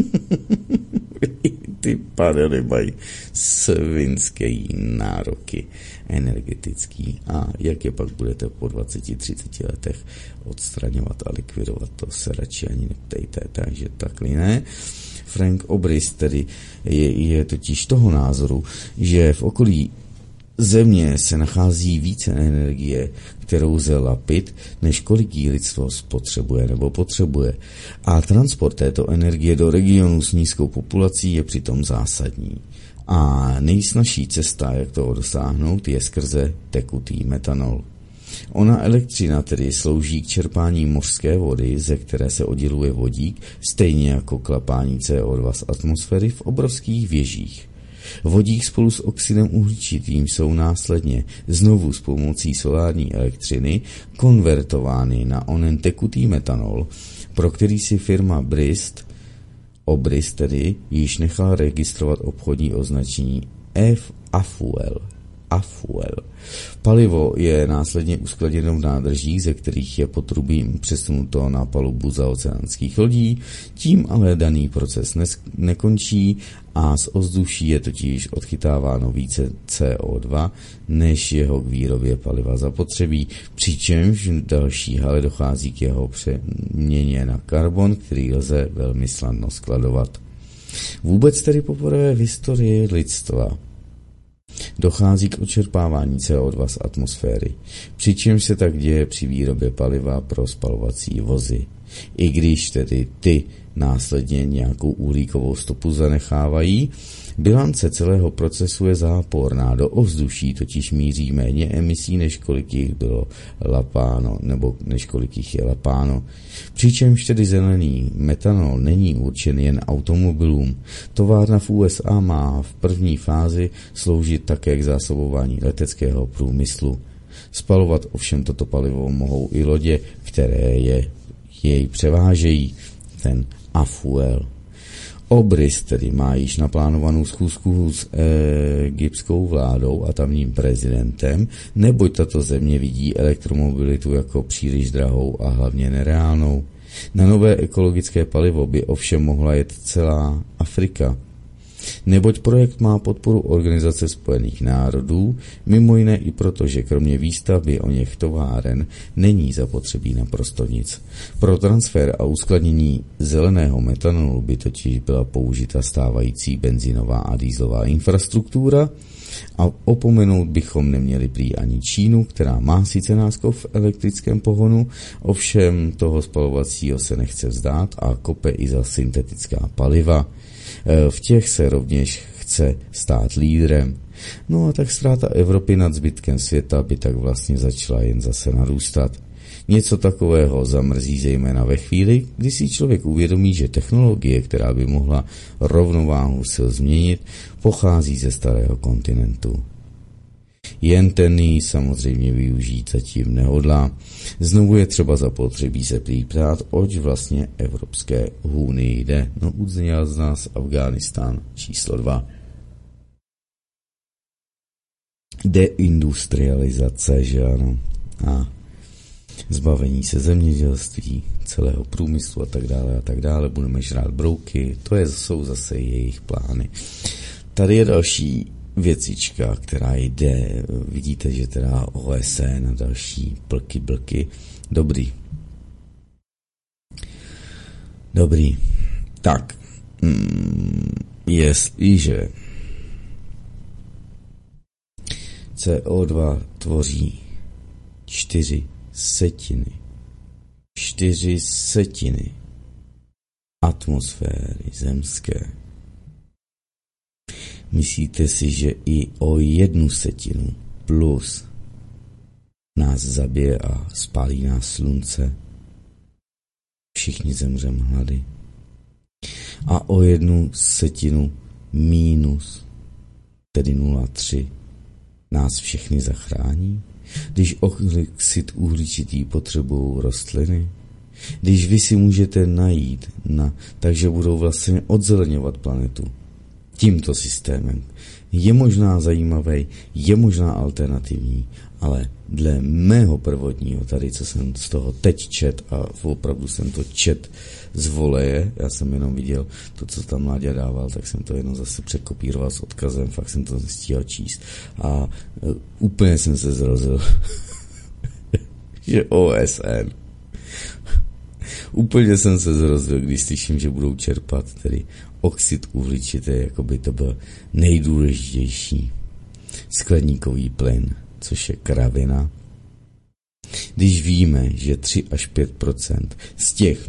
Ty panely mají svinské nároky energetický. A jak je pak budete po 20-30 letech odstraňovat a likvidovat, to se radši ani neptejte, takže takhle ne. Frank Obrist tedy je totiž toho názoru, že v okolí Země se nachází více energie, kterou lze lapit, než kolik jí lidstvo spotřebuje nebo potřebuje. A transport této energie do regionu s nízkou populací je přitom zásadní. A nejsnažší cesta, jak toho dosáhnout, je skrze tekutý metanol. Ona elektřina tedy slouží k čerpání mořské vody, ze které se odděluje vodík, stejně jako klapání CO2 z atmosféry v obrovských věžích. Vodík spolu s oxidem uhličitým jsou následně znovu s pomocí solární elektřiny konvertovány na onen tekutý metanol, pro který si firma Obrist tedy již nechala registrovat obchodní označení AFUEL. Palivo je následně uskladněno v nádržích, ze kterých je potrubím přesunuto na palubu zaoceánských lodí, tím ale daný proces nekončí a z ovzduší je totiž odchytáváno více CO2, než jeho k výrobě paliva zapotřebí, přičemž v další hale dochází k jeho přeměně na karbon, který lze velmi snadno skladovat. Vůbec tedy poprvé v historii lidstva dochází k odčerpávání CO2 z atmosféry, přičemž se tak děje při výrobě paliva pro spalovací vozy. I když tedy ty následně nějakou uhlíkovou stopu zanechávají, bilance celého procesu je záporná. Do ovzduší totiž míří méně emisí, než kolik jich bylo lapáno, nebo než kolik jich je lapáno. Přičemž tedy zelený metanol není určen jen automobilům. Továrna v USA má v první fázi sloužit také k zásobování leteckého průmyslu. Spalovat ovšem toto palivo mohou i lodě, které jej převážejí, ten AFUEL. Obrist tedy má již naplánovanou schůzku s egyptskou vládou a tamním prezidentem, neboť tato země vidí elektromobilitu jako příliš drahou a hlavně nereálnou. Na nové ekologické palivo by ovšem mohla jet celá Afrika. Neboť projekt má podporu Organizace spojených národů, mimo jiné i proto, že kromě výstavby oněch továren není zapotřebí naprosto nic. Pro transfer a uskladnění zeleného metanolu by totiž byla použita stávající benzínová a dýzlová infrastruktura a opomenout bychom neměli prý ani Čínu, která má sice náskok v elektrickém pohonu, ovšem toho spalovacího se nechce vzdát a kope i za syntetická paliva. V těch se rovněž chce stát lídrem. No a tak ztráta Evropy nad zbytkem světa by tak vlastně začala jen zase narůstat. Něco takového zamrzí zejména ve chvíli, kdy si člověk uvědomí, že technologie, která by mohla rovnováhu sil změnit, pochází ze starého kontinentu. Jen ten ji samozřejmě využít zatím nehodlá. Znovu je třeba zapotřebí se ptát, oč vlastně Evropské unii jde. No udělal z nás Afghánistán číslo 2. Deindustrializace, že ano. A zbavení se zemědělství, celého průmyslu a tak dále. Budeme žrát brouky, jsou zase jejich plány. Tady je další věcička, která jde, vidíte, že teda OSN a další blky. Dobrý. Tak, jestliže CO2 tvoří 4 setiny atmosféry zemské. Myslíte si, že i o 1/7 plus nás zabije a spálí nás slunce? Všichni zemřeme hlady. A o 1/7 mínus, tedy 0,3, nás všechny zachrání? Když oxid uhličitý potřebují rostliny? Když vy si můžete najít, takže budou vlastně odzeleňovat planetu tímto systémem. Je možná zajímavý, je možná alternativní, ale dle mého prvotního, tady co jsem z toho teď čet, a opravdu jsem to čet z voleje, já jsem jenom viděl to, co tam Láďa dával, tak jsem to jenom zase překopíroval s odkazem, fakt jsem to nestíhal číst a úplně jsem se zrozil, že OSN. Úplně jsem se zrozil, když slyším, že budou čerpat tedy oxid uhličitý, jako by to byl nejdůležitější skleníkový plyn, což je kravina. Když víme, že 3 až 5% z těch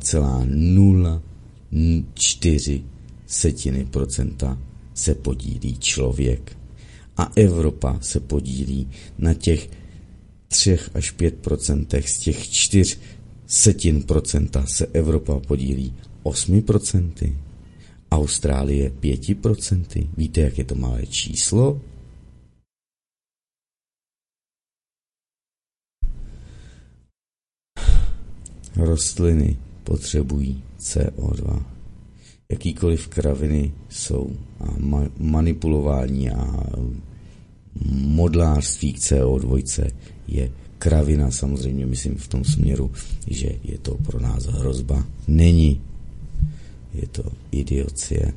0,04% se podílí člověk a Evropa se podílí na těch 3 až 5% z těch 0,04% se Evropa podílí 8%. Austrálie 5%. Víte, jak je to malé číslo? Rostliny potřebují CO2. Jakýkoliv kraviny jsou a manipulování a modlářství k CO2 je kravina, samozřejmě myslím v tom směru, že je to pro nás hrozba. Není. Je to idiocie.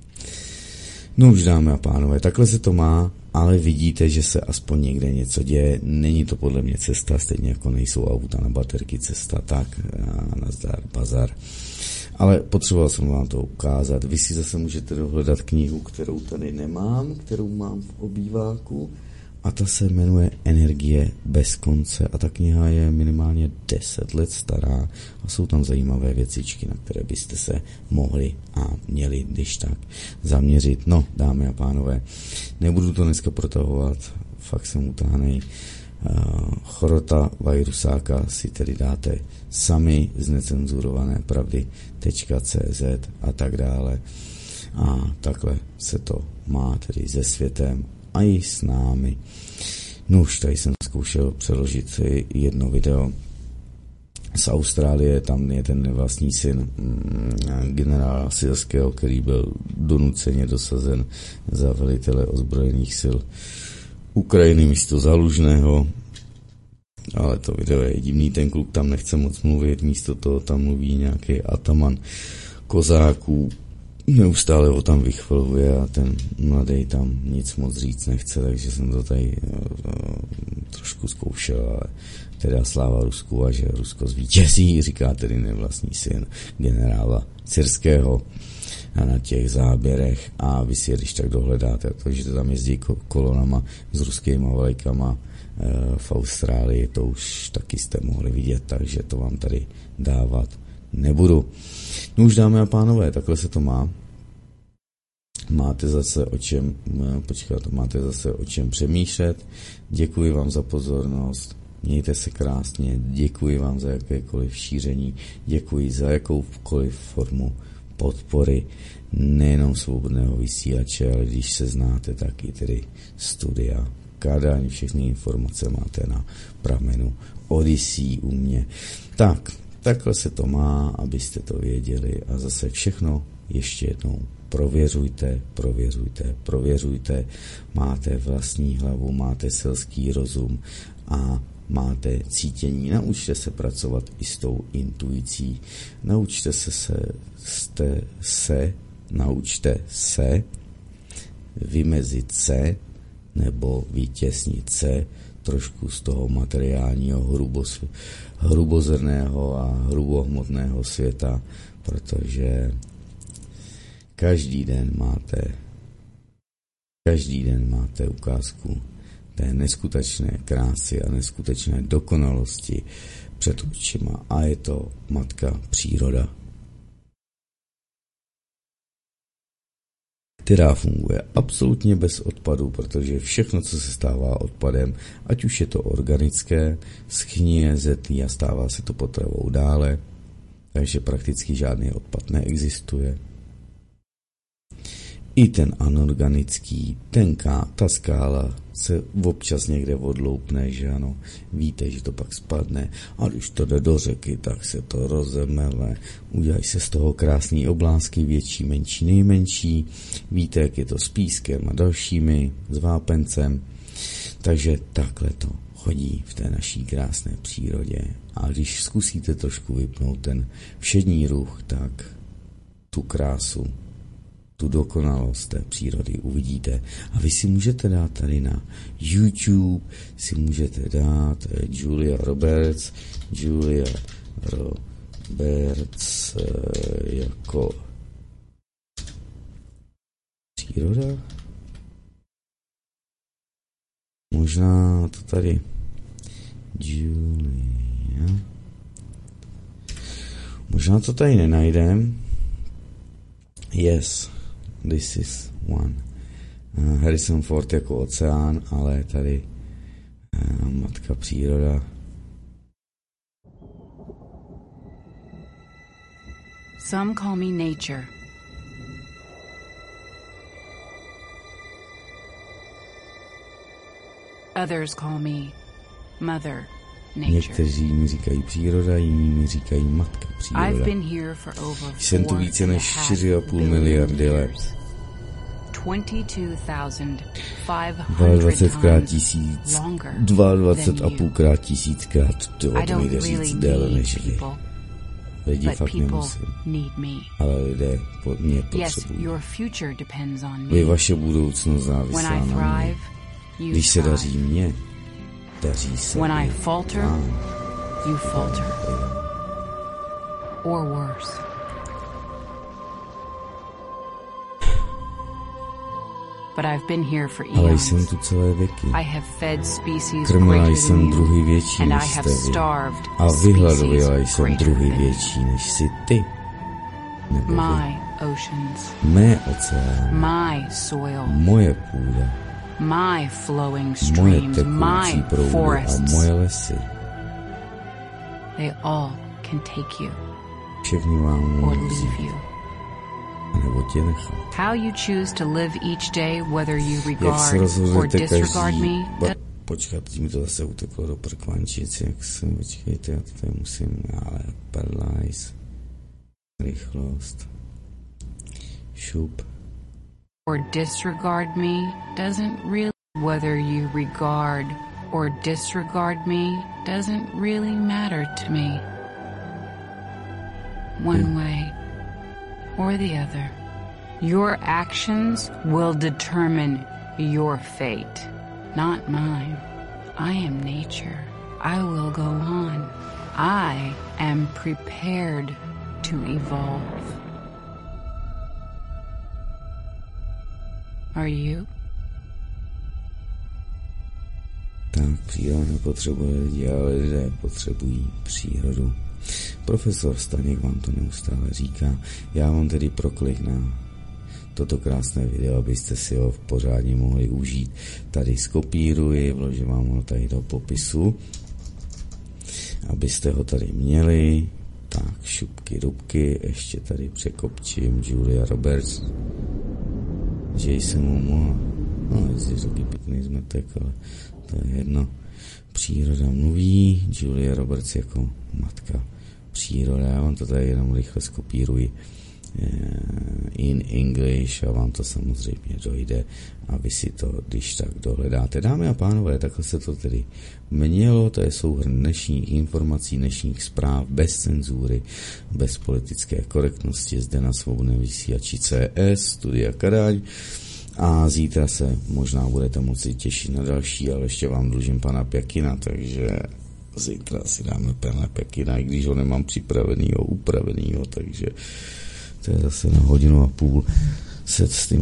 No už, dámy a pánové, takhle se to má, ale vidíte, že se aspoň někde něco děje. Není to podle mě cesta, stejně jako nejsou auta na baterky cesta, tak nazdar, bazar. Ale potřeboval jsem vám to ukázat. Vy si zase můžete dohledat knihu, kterou tady nemám, kterou mám v obýváku, a ta se jmenuje Energie bez konce a ta kniha je minimálně 10 let stará a jsou tam zajímavé věcičky, na které byste se mohli a měli když tak zaměřit. No, dámy a pánové, nebudu to dneska protahovat, fakt jsem utáhnej. Chorota Vajrusáka si tedy dáte sami z necenzurované pravdy.cz a tak dále. A takhle se to má tedy se světem a i s námi. No už tady jsem zkoušel přeložit jedno video z Austrálie, tam je ten nevlastní syn generála Syrského, který byl donuceně dosazen za velitele ozbrojených sil Ukrajiny místo Zalužného, ale to video je divný, ten kluk tam nechce moc mluvit, místo toho tam mluví nějaký ataman kozáků, neustále ho tam vychvaluje a ten mladý tam nic moc říct nechce, takže jsem to tady trošku zkoušel, ale teda sláva Rusku a že Rusko zvítězí, říká tedy nevlastní syn generála Syrského a na těch záběrech, a vy si je když tak dohledáte, takže to tam jezdí kolonama s ruskýma vlajkama v Austrálii, to už taky jste mohli vidět, takže to vám tady dávat nebudu. No už, dámy a pánové, takhle se to má. máte zase o čem přemýšlet. Děkuji vám za pozornost, mějte se krásně, děkuji vám za jakékoliv šíření, děkuji za jakoukoliv formu podpory nejenom Svobodného vysílače, ale když se znáte, tak i tedy Studia Kadaň, všechny informace máte na pramenu Odyssey u mě. Takhle se to má, abyste to věděli, a zase všechno ještě jednou prověřujte, máte vlastní hlavu, máte selský rozum a máte cítění. Naučte se pracovat i s tou intuicí, naučte se vymezit se nebo vytěsnit se trošku z toho materiálního, hrubozrného a hrubohmotného světa, protože každý den máte ukázku té neskutečné krásy a neskutečné dokonalosti před očima, a je to matka příroda, která funguje absolutně bez odpadu, protože všechno, co se stává odpadem, ať už je to organické, schnije, zetlí a stává se to potravou dále, takže prakticky žádný odpad neexistuje. I ten anorganický, ta skála se občas někde odloupne, že ano, víte, že to pak spadne, a když to jde do řeky, tak se to rozemele, udělají se z toho krásné oblázky, větší, menší, nejmenší, víte, jak je to s pískem a dalšími, s vápencem, takže takhle to chodí v té naší krásné přírodě, a když zkusíte trošku vypnout ten všední ruch, tak tu krásu, tu dokonalost té přírody uvidíte. A vy si můžete dát tady na YouTube, si můžete dát Julia Roberts jako příroda. Možná to tady Julia. Možná to tady nenajdem. Yes, this is one. Harrison Ford jako oceán, ale tady matka příroda. Some call me nature. Others call me mother nature. Někteří mi říkají příroda, jiní mi říkají matka příroda. Jsem tu více než 4,5 miliardy let. 22,5 krát tisíckrát, to nejde říct déle než vy. Lidi fakt nemusí, ale lidé mě potřebují. Vy, vaše budoucnost závislá na mě. Když se daří mně, daří se When I falter, you falter. Or worse. But I've been here for eons. Ale jsem tu celé věky. I have fed species Krmila jsem druhy větší než jste vy. A vyhladověla jsem druhy větší než jsi ty. Nebo my oceans. Mé oceány. My soil. Moje půda. My flowing streams, my forests. A moje lesy. They all can take you. Všechny vám or leave you. Nebo tě nechá. How you choose to live each day, whether you regard or disregard me. Počkat, teď mi to zase uteklo do prkvančic, jak jsem, počkejte, já to tady musím, ale perlajs. Rychlost. Šup. Or disregard me doesn't really, whether you regard or disregard me doesn't really matter to me. One way or the other. Your actions will determine your fate, not mine. I am nature. I will go on. I am prepared to evolve. Are you? Tak, příroda nepotřebuje lidi, ale lidé potřebují přírodu. Profesor Staněk vám to neustále říká. Já vám tedy proklik na toto krásné video, abyste si ho pořádně mohli užít. Tady skopíruji, vložím vám ho tady do popisu, abyste ho tady měli. Tak, šupky, dubky, ještě tady překopčím Julia Roberts, Jason Momoa, no jestli taky pěkný zmetek, ale to je jedno. Příroda mluví, Julia Roberts jako matka příroda, já vám to tady jenom rychle skopíruji in English a vám to samozřejmě dojde a vy si to když tak dohledáte. Dámy a pánové, takhle se to tedy mělo, to je souhrn dnešních informací, dnešních zpráv, bez cenzury, bez politické korektnosti, zde na Svobodném vysílači CS, Studia Kadaň. A zítra se možná budete moci těšit na další, ale ještě vám dlužím pana Pěkina, takže zítra si dáme pana Pěkina, i když ho nemám připravenýho, upravenýho, takže to je zase na 1.5 hodiny se s tím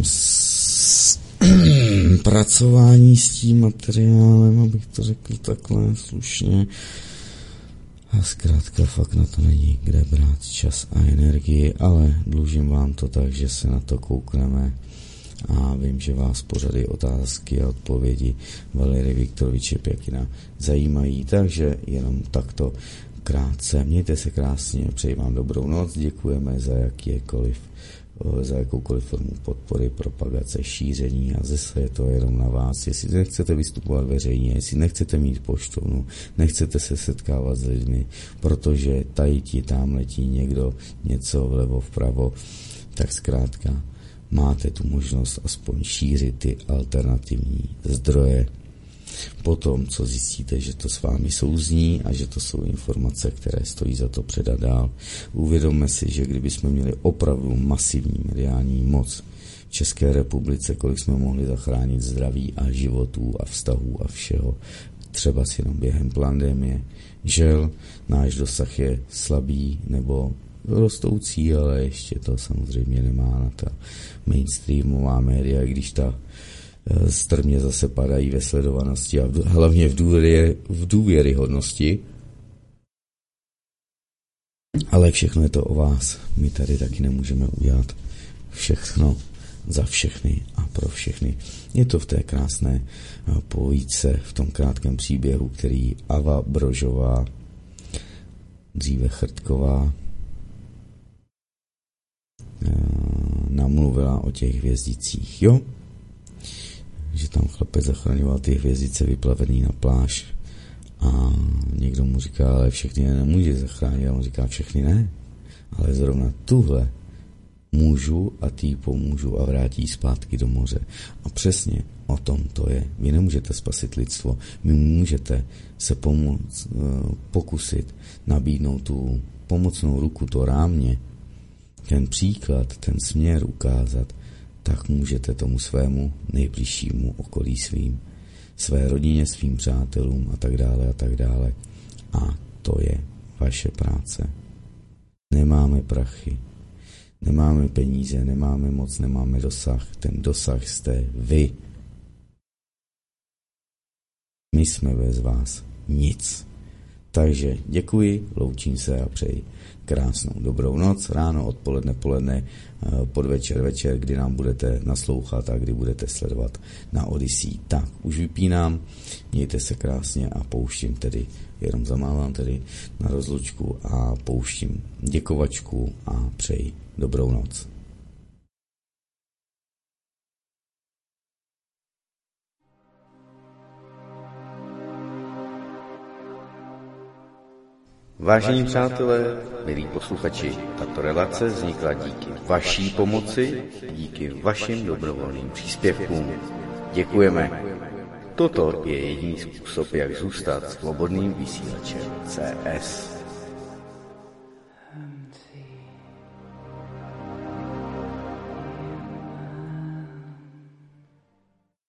pracování s tím materiálem, abych to řekl takhle slušně. A zkrátka fakt na to není kde brát čas a energii, ale dlužím vám to tak, že se na to koukneme. A vím, že vás pořady otázky a odpovědi Valery Viktoroviče Pěkina zajímají, takže jenom takto krátce. Mějte se krásně, přeji vám dobrou noc, děkujeme za jakoukoliv formu podpory, propagace, šíření a zase je to jenom na vás. Jestli nechcete vystupovat veřejně, jestli nechcete mít poštovnu, nechcete se setkávat s lidmi, protože tady tam letí někdo něco vlevo vpravo, tak zkrátka máte tu možnost aspoň šířit ty alternativní zdroje. Potom, co zjistíte, že to s vámi souzní a že to jsou informace, které stojí za to předat dál. Uvědomme si, že kdybychom měli opravdu masivní mediální moc v České republice, kolik jsme mohli zachránit zdraví a životů a vztahů a všeho, třeba si jenom během pandemie. Žel, náš dosah je slabý nebo rostoucí, ale ještě to samozřejmě nemá na ta mainstreamová média, když ta strmě zase padají ve sledovanosti a hlavně v důvěryhodnosti. Ale všechno je to o vás. My tady taky nemůžeme udělat všechno za všechny a pro všechny. Je to v té krásné povídce, v tom krátkém příběhu, který Ava Brožová, dříve Chrtková, namluvila o těch hvězdicích, jo? Že tam chlapec zachraňoval ty hvězdice vyplavený na pláž a někdo mu říká, ale všechny nemůže zachránit, a on říká, všechny ne, ale zrovna tuhle můžu a ty pomůžu a vrátí zpátky do moře. A přesně o tom to je. Vy nemůžete spasit lidstvo, vy můžete se pokusit nabídnout tu pomocnou ruku, to rámě, ten příklad, ten směr ukázat, tak můžete tomu svému nejbližšímu okolí své rodině, svým přátelům a tak dále a tak dále. A to je vaše práce. Nemáme prachy, nemáme peníze, nemáme moc, nemáme dosah. Ten dosah jste vy. My jsme bez vás nic. Takže děkuji, loučím se a přeji krásnou dobrou noc, ráno, odpoledne, poledne, podvečer, večer, kdy nám budete naslouchat a kdy budete sledovat na Odyssey. Tak, už vypínám, mějte se krásně a pouštím tedy, jenom zamávám tedy na rozlučku a pouštím děkovačku a přeji dobrou noc. Vážení přátelé, milí posluchači, tato relace vznikla díky vaší pomoci, díky vašim dobrovolným příspěvkům. Děkujeme. Toto je jediný způsob, jak zůstat svobodným vysílačem CS.